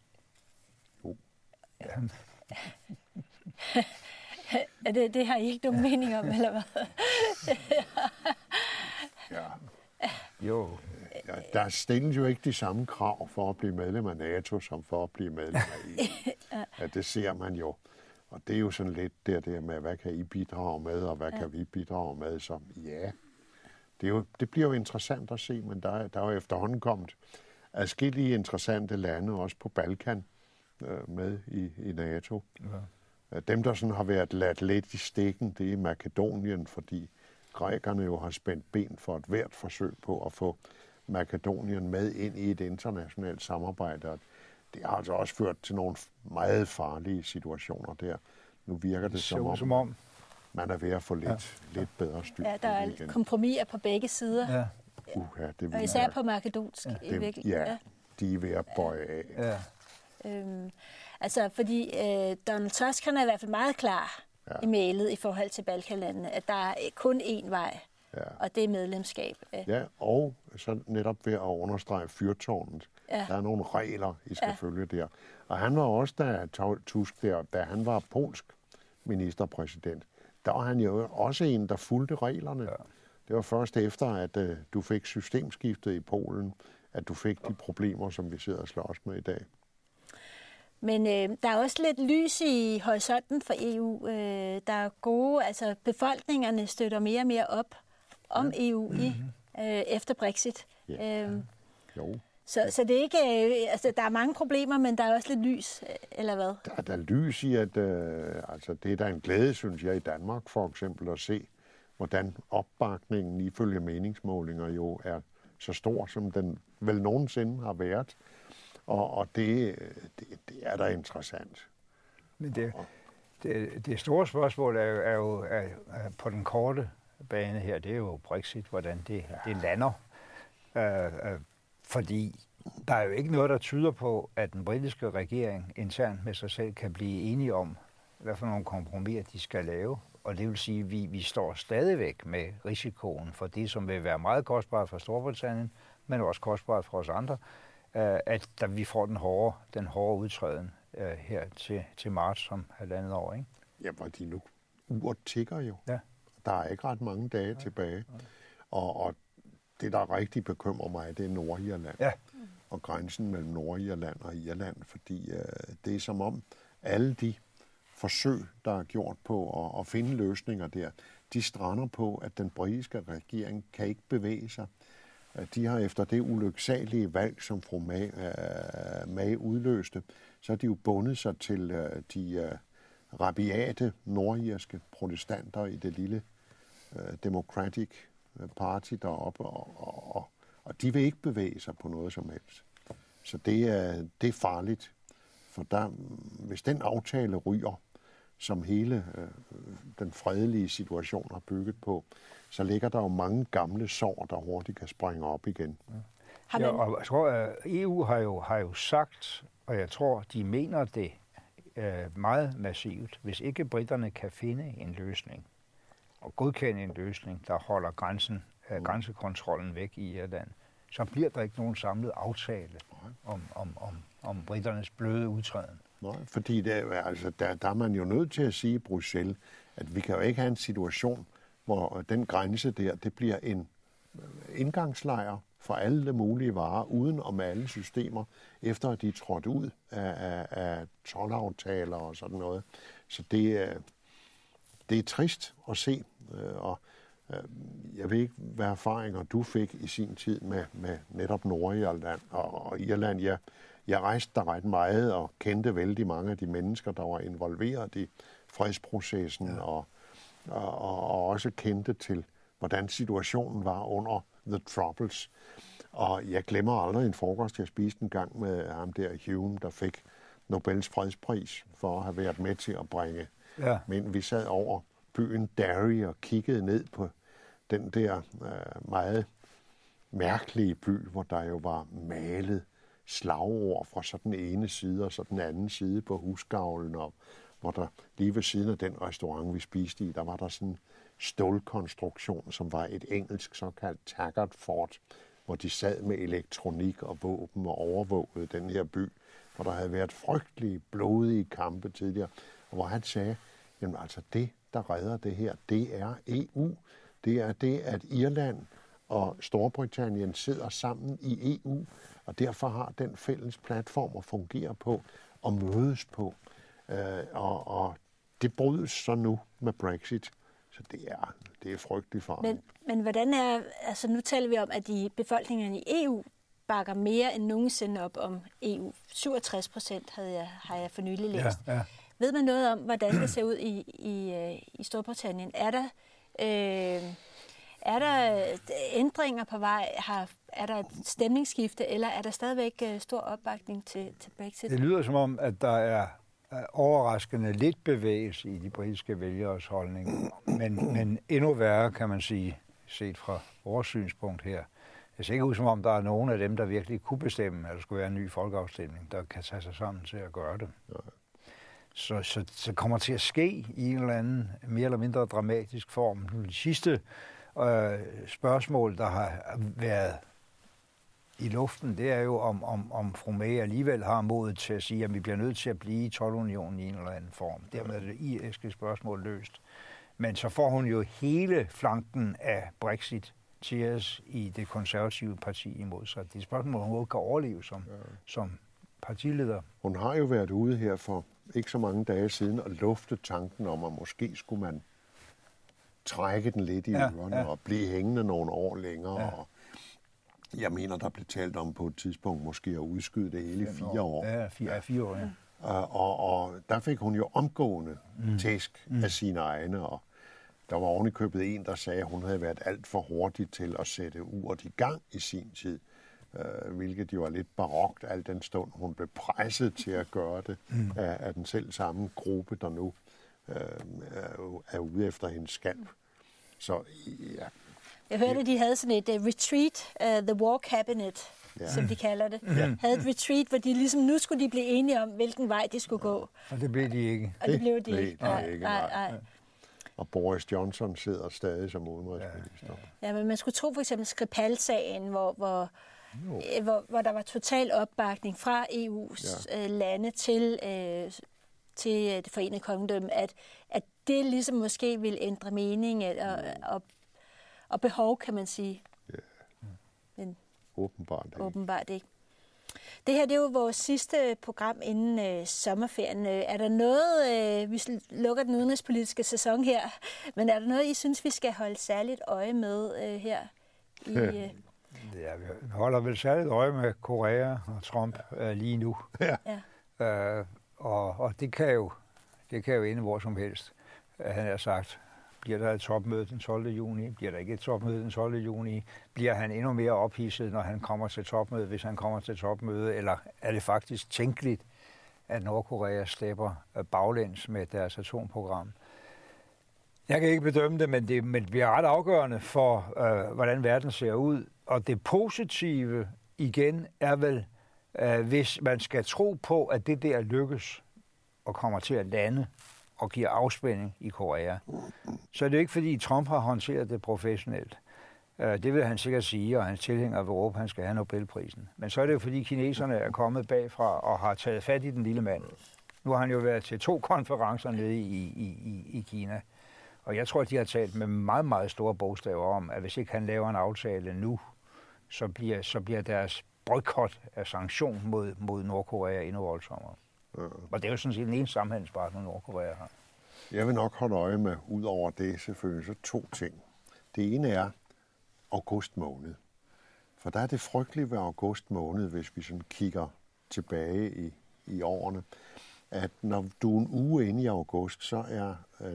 Jo. Ja. ja, det, det har I ikke nogen mening om, eller hvad? ja. Jo. Ja, der stilles jo ikke de samme krav for at blive medlem af NATO, som for at blive medlem af E U. Ja, det ser man jo. Og det er jo sådan lidt der, der med, hvad kan I bidrage med, og hvad ja. kan vi bidrage med? Så ja, det, er jo, det bliver jo interessant at se, men der er, der er jo efterhånden kommet adskillige interessante lande, også på Balkan, øh, med i, i NATO. Ja. Dem, der sådan har været ladt lidt i stikken, det er Makedonien, fordi grækerne jo har spændt ben for et hvert forsøg på at få Makedonien med ind i et internationalt samarbejde. Og det har altså også ført til nogle meget farlige situationer der. Nu virker det, det som, om, som om man er ved at få lidt, ja. lidt bedre styr. Ja, der er kompromiser på begge sider. Ja. Uh, ja, det og især på makedonsk. Ja, i virkelig. Ja, ja, de er ved at bøje af. Ja. Øhm, altså, fordi øh, Donald Tusk, han er i hvert fald meget klar ja. i mailet i forhold til Balkanlandene, at der er kun én vej. Ja. Og det er medlemskab. Ja, og så netop ved at understrege fyrtårnet. Ja. Der er nogle regler, I skal ja. følge der. Og han var også, da Tusk der, da han var polsk ministerpræsident, der var han jo også en, der fulgte reglerne. Ja. Det var først efter, at uh, du fik systemskiftet i Polen, at du fik de problemer, som vi sidder og slås med i dag. Men øh, der er også lidt lys i horisonten for E U. Øh, der er gode, altså befolkningerne støtter mere og mere op om E U i, øh, efter Brexit. Ja. Øhm, jo. Så, så det er ikke, øh, altså, der er mange problemer, men der er også lidt lys, eller hvad? Der er der lys i, at øh, altså, det er der en glæde, synes jeg, i Danmark for eksempel at se, hvordan opbakningen ifølge meningsmålinger jo er så stor, som den vel nogensinde har været. Og, og det, det, det er da interessant. Men det, det, det store spørgsmål er jo, er jo er, er på den korte bane her, det er jo Brexit, hvordan det, ja. det lander. Øh, øh, fordi Der er jo ikke noget, der tyder på, at den britiske regering internt med sig selv kan blive enige om, hvad for nogle kompromiser de skal lave. Og det vil sige, at vi, vi står stadigvæk med risikoen for det, som vil være meget kostbart for Storbritannien, men også kostbart for os andre, at da vi får den hårde, den hårde udtræden her til, til marts om halvandet år. Ikke? Ja, fordi nu uret tigger jo. Ja. Der er ikke ret mange dage ja. tilbage. Ja. Og, og det, der rigtig bekymrer mig, det er Nordirland. Ja. Og grænsen mellem Nordirland og Irland, fordi øh, det er som om alle de forsøg, der er gjort på at, at finde løsninger der, de strander på, at den britiske regering kan ikke bevæge sig. De har efter det ulyksalige valg, som fru May, uh, May udløste, så har de jo bundet sig til uh, de uh, rabiate nordirske protestanter i det lille uh, Democratic Party deroppe, og, og, og, og de vil ikke bevæge sig på noget som helst. Så det er, det er farligt, for der, hvis den aftale ryger, som hele øh, den fredelige situation har bygget på, så ligger der jo mange gamle sår, der hurtigt kan springe op igen. Ja, og jeg tror, at E U har jo, har jo sagt, og jeg tror, de mener det øh, meget massivt, hvis ikke britterne kan finde en løsning, og godkende en løsning, der holder grænsen, øh, grænsekontrollen væk i Irland, så bliver der ikke nogen samlet aftale om, om, om, om britternes bløde udtræden. Nej, fordi det, altså, der, der er man jo nødt til at sige i Bruxelles, at vi kan jo ikke have en situation, hvor den grænse der, det bliver en indgangslejr for alle mulige varer, uden om alle systemer, efter at de er trådt ud af, af, af toldaftaler og sådan noget. Så det, det er trist at se, og jeg ved ikke, hvad erfaringer du fik i sin tid med, med netop Nordirland og Irland. Jeg, jeg rejste der ret meget og kendte vældig mange af de mennesker, der var involveret i fredsprocessen, ja. og, og, og også kendte til, hvordan situationen var under The Troubles. Og jeg glemmer aldrig en frokost, jeg spiste en gang med ham der Hume, der fik Nobels fredspris for at have været med til at bringe. Ja. Men vi sad over byen Derry og kiggede ned på den der øh, meget mærkelige by, hvor der jo var malet slagord fra så den ene side og så den anden side på husgavlen, og hvor der lige ved siden af den restaurant, vi spiste i, der var der sådan en stålkonstruktion, som var et engelsk såkaldt Taggart Fort, hvor de sad med elektronik og våben og overvågede den her by, hvor der havde været frygtelige, blodige kampe tidligere, og hvor han sagde, jamen altså det, der redder det her, det er E U. Det er det, at Irland og Storbritannien sidder sammen i E U, og derfor har den fælles platform at fungere på og mødes på. Øh, og, og det brydes så nu med Brexit, så det er, det er frygteligt farligt. Men, men hvordan er, altså nu taler vi om, at de befolkningerne i E U bakker mere end nogensinde op om E U. syvogtres procent havde jeg, har jeg for nylig læst. Ja, ja. Ved man noget om, hvordan det ser ud i, i, i Storbritannien? Er der, øh, er der ændringer på vej? Har, er der et stemningsskifte, eller er der stadigvæk stor opbakning til, til Brexit? Det lyder som om, at der er overraskende lidt bevægelse i de britiske vælgeres holdning, men, men endnu værre, kan man sige, set fra vores synspunkt her. Det ser ikke ud som om, der er nogen af dem, der virkelig kunne bestemme, at der skulle være en ny folkeafstemning, der kan tage sig sammen til at gøre det. Så, så, så kommer til at ske i en eller anden mere eller mindre dramatisk form. De sidste øh, spørgsmål, der har været i luften, det er jo, om, om, om fru May alligevel har modet til at sige, at vi bliver nødt til at blive i toldunionen i en eller anden form. Dermed er det irske spørgsmål løst. Men så får hun jo hele flanken af Brexit til os i det konservative parti imod sig. Det er et spørgsmål, hun kan overleve som, ja. som partileder. Hun har jo været ude her for ikke så mange dage siden og lufte tanken om, at måske skulle man trække den lidt i ja, ørerne ja. og blive hængende nogle år længere. Ja. Og jeg mener, der blev talt om på et tidspunkt måske at udskyde det hele i fire år. Ja, fire, fire år, ja. Og, og, og der fik hun jo omgående mm. tæsk mm. af sine egne, og der var ovenikøbet en, der sagde, at hun havde været alt for hurtig til at sætte uret i gang i sin tid, øh, hvilket jo var lidt barokt, al den stund hun blev presset til at gøre det mm. af, af den selv samme gruppe, der nu øh, er, er ude efter hendes skalp. Så ja. Jeg hørte, at de havde sådan et uh, retreat, uh, the war cabinet, ja. som de kalder det. Ja. Havde et retreat, hvor de ligesom, nu skulle de blive enige om, hvilken vej de skulle gå. Og det blev de ikke. Og det blev de det ikke. Blev Nej, ikke. Nej, nej. Og Boris Johnson sidder stadig som udenrigsminister. Ja, ja, men man skulle tro for eksempel Skripal-sagen, hvor, hvor, øh, hvor, hvor der var total opbakning fra E U's ja. øh, lande til, øh, til det forenede kongedømme, at, at det ligesom måske ville ændre mening og, og, og behov, kan man sige. Ja. Men åbenbart ikke. Åbenbart ikke. Det her det er jo vores sidste program inden øh, sommerferien. Er der noget, øh, vi lukker den udenrigspolitiske sæson her, men er der noget, I synes, vi skal holde særligt øje med øh, her? I, øh... Ja, vi holder vel særligt øje med Korea og Trump øh, lige nu. Ja. ja. Øh, og, og det kan jo det kan jo ende hvor som helst. Han har sagt, bliver der et topmøde den tolvte juni? Bliver der ikke et topmøde den tolvte juni? Bliver han endnu mere ophidset, når han kommer til topmøde, hvis han kommer til topmøde? Eller er det faktisk tænkeligt, at Nordkorea slipper baglæns med deres atomprogram? Jeg kan ikke bedømme det, men det, men det bliver ret afgørende for, øh, hvordan verden ser ud. Og det positive igen er vel, øh, hvis man skal tro på, at det der lykkes og kommer til at lande og giver afspænding i Korea, så er det ikke, fordi Trump har håndteret det professionelt. Det vil han sikkert sige, og hans tilhænger af Europa, han skal have Nobelprisen. Men så er det jo, fordi kineserne er kommet bagfra og har taget fat i den lille mand. Nu har han jo været til to konferencer nede i, i, i, i Kina, og jeg tror, at de har talt med meget, meget store bogstaver om, at hvis ikke han laver en aftale nu, så bliver, så bliver deres boykot af sanktion mod, mod Nordkorea endnu voldsommere. Ja. Og det er jo sådan set den ene samhandelspartner, Nordkorea har. Jeg vil nok holde øje med, ud over det selvfølgelig, så to ting. Det ene er august måned. For der er det frygteligt ved august måned, hvis vi sådan kigger tilbage i, i årene, at når du er en uge inde i august, så er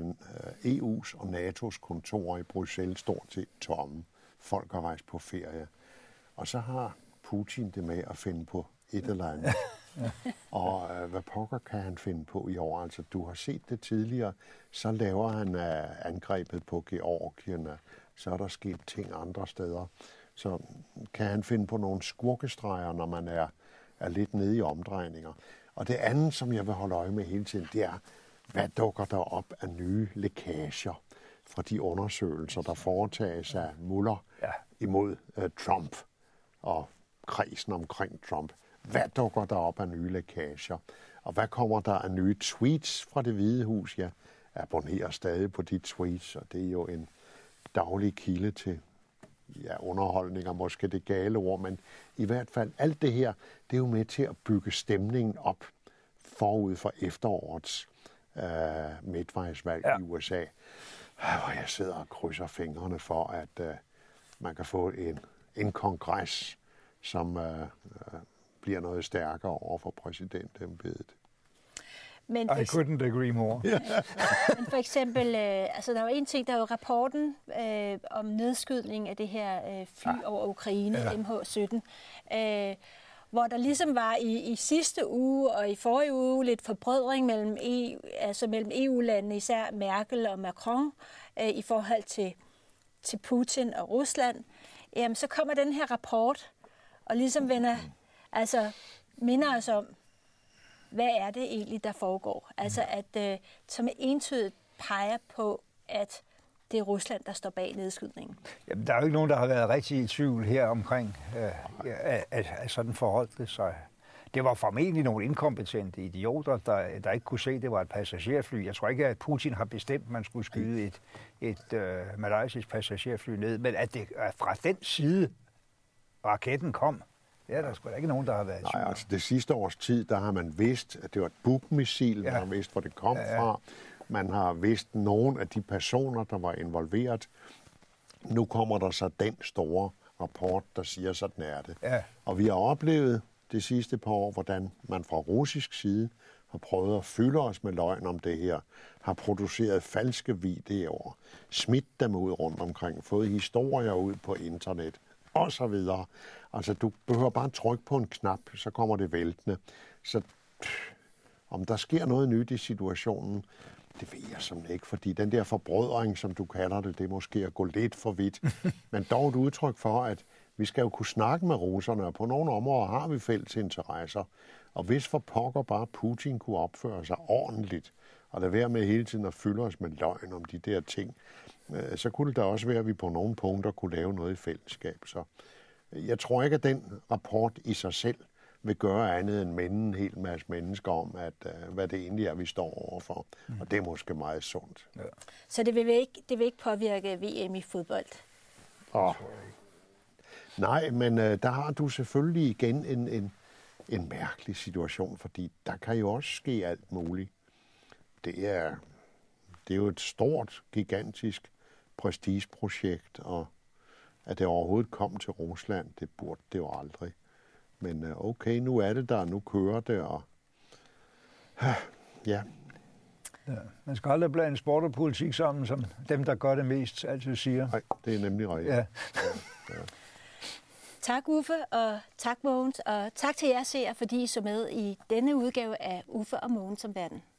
E U's og NATO's kontorer i Bruxelles stort set tomme. Folk har rejst på ferie. Og så har Putin det med at finde på et eller andet. Ja. Og øh, hvad pokker kan han finde på i år? Altså, du har set det tidligere, så laver han øh, angrebet på Georgien, så er der sket ting andre steder. Så kan han finde på nogle skurkestreger, når man er, er lidt nede i omdrejninger. Og det andet, som jeg vil holde øje med hele tiden, det er, hvad dukker der op af nye lækager fra de undersøgelser, der foretages af Mueller ja. imod øh, Trump og kredsen omkring Trump. Hvad dukker der op af nye lækager? Og hvad kommer der af nye tweets fra Det Hvide Hus? Jeg abonnerer stadig på de tweets, og det er jo en daglig kilde til ja, underholdning, og måske det gale ord, men i hvert fald alt det her, det er jo med til at bygge stemningen op forud for efterårets øh, midtvejsvalg ja. i U S A, hvor jeg sidder og krydser fingrene for, at øh, man kan få en, en kongres, som øh, øh, bliver noget stærkere over for præsidentembedet. Men I couldn't agree more. Ja. Men for eksempel, øh, altså der var en ting, der var rapporten øh, om nedskydning af det her øh, fly ja. over Ukraine, ja. M H sytten, øh, hvor der ligesom var i, i sidste uge og i forrige uge lidt forbrødring mellem, E U, altså mellem E U-landene, især Merkel og Macron, øh, i forhold til, til Putin og Rusland. Jamen, så kommer den her rapport og ligesom vender, altså minder os om, hvad er det egentlig, der foregår? Altså, at øh, som entydigt peger på, at det er Rusland, der står bag nedskydningen. Jamen, der er jo ikke nogen, der har været rigtig i tvivl her omkring, øh, at, at, at sådan forholdt det sig. Det var formentlig nogle inkompetente idioter, der, der ikke kunne se, at det var et passagerfly. Jeg tror ikke, at Putin har bestemt, at man skulle skyde et, et øh, malaysisk passagerfly ned, men at det at fra den side, raketten kom, det er der sgu da ikke nogen, der har været i tvivl. Nej, altså det sidste års tid, der har man vidst, at det var et Buk-missil, ja. man har vidst, hvor det kom ja, ja. fra. Man har vidst nogle af de personer, der var involveret. Nu kommer der så den store rapport, der siger, sådan er det. Ja. Og vi har oplevet det sidste par år, hvordan man fra russisk side har prøvet at fylde os med løgn om det her, har produceret falske videoer, smidt dem ud rundt omkring, fået historier ud på internet og så videre. Altså, du behøver bare trykke på en knap, så kommer det væltende. Så pff, om der sker noget nyt i situationen, Det ved jeg simpelthen ikke, fordi den der forbrødring, som du kalder det, det er måske at gå lidt for vidt. Men dog et udtryk for, at vi skal jo kunne snakke med russerne, og på nogle områder har vi fælles interesser. Og hvis for pokker bare Putin kunne opføre sig ordentligt, og lade være med hele tiden at fylde os med løgn om de der ting, så kunne det da også være, at vi på nogle punkter kunne lave noget i fællesskab. Så jeg tror ikke, at den rapport i sig selv vil gøre andet end minde en hel masse mennesker om, at, uh, hvad det egentlig er, vi står overfor. Mm. Og det er måske meget sundt. Ja. Så det vil, ikke, det vil ikke påvirke V M i fodbold? Oh. Nej, men uh, der har du selvfølgelig igen en, en, en mærkelig situation, fordi der kan jo også ske alt muligt. Det er, det er jo et stort, gigantisk prestigeprojekt, og at det overhovedet kom til Rusland, det burde det jo aldrig. Men okay, nu er det der, nu kører det, og ja. Ja, man skal aldrig blande sport og politik sammen, som dem, der gør det mest, altid siger. Nej, det er nemlig rigtigt. Ja. Ja. Tak Uffe, og tak Mogens, og tak til jer seere, fordi I så med i denne udgave af Uffe og Mogens om verden.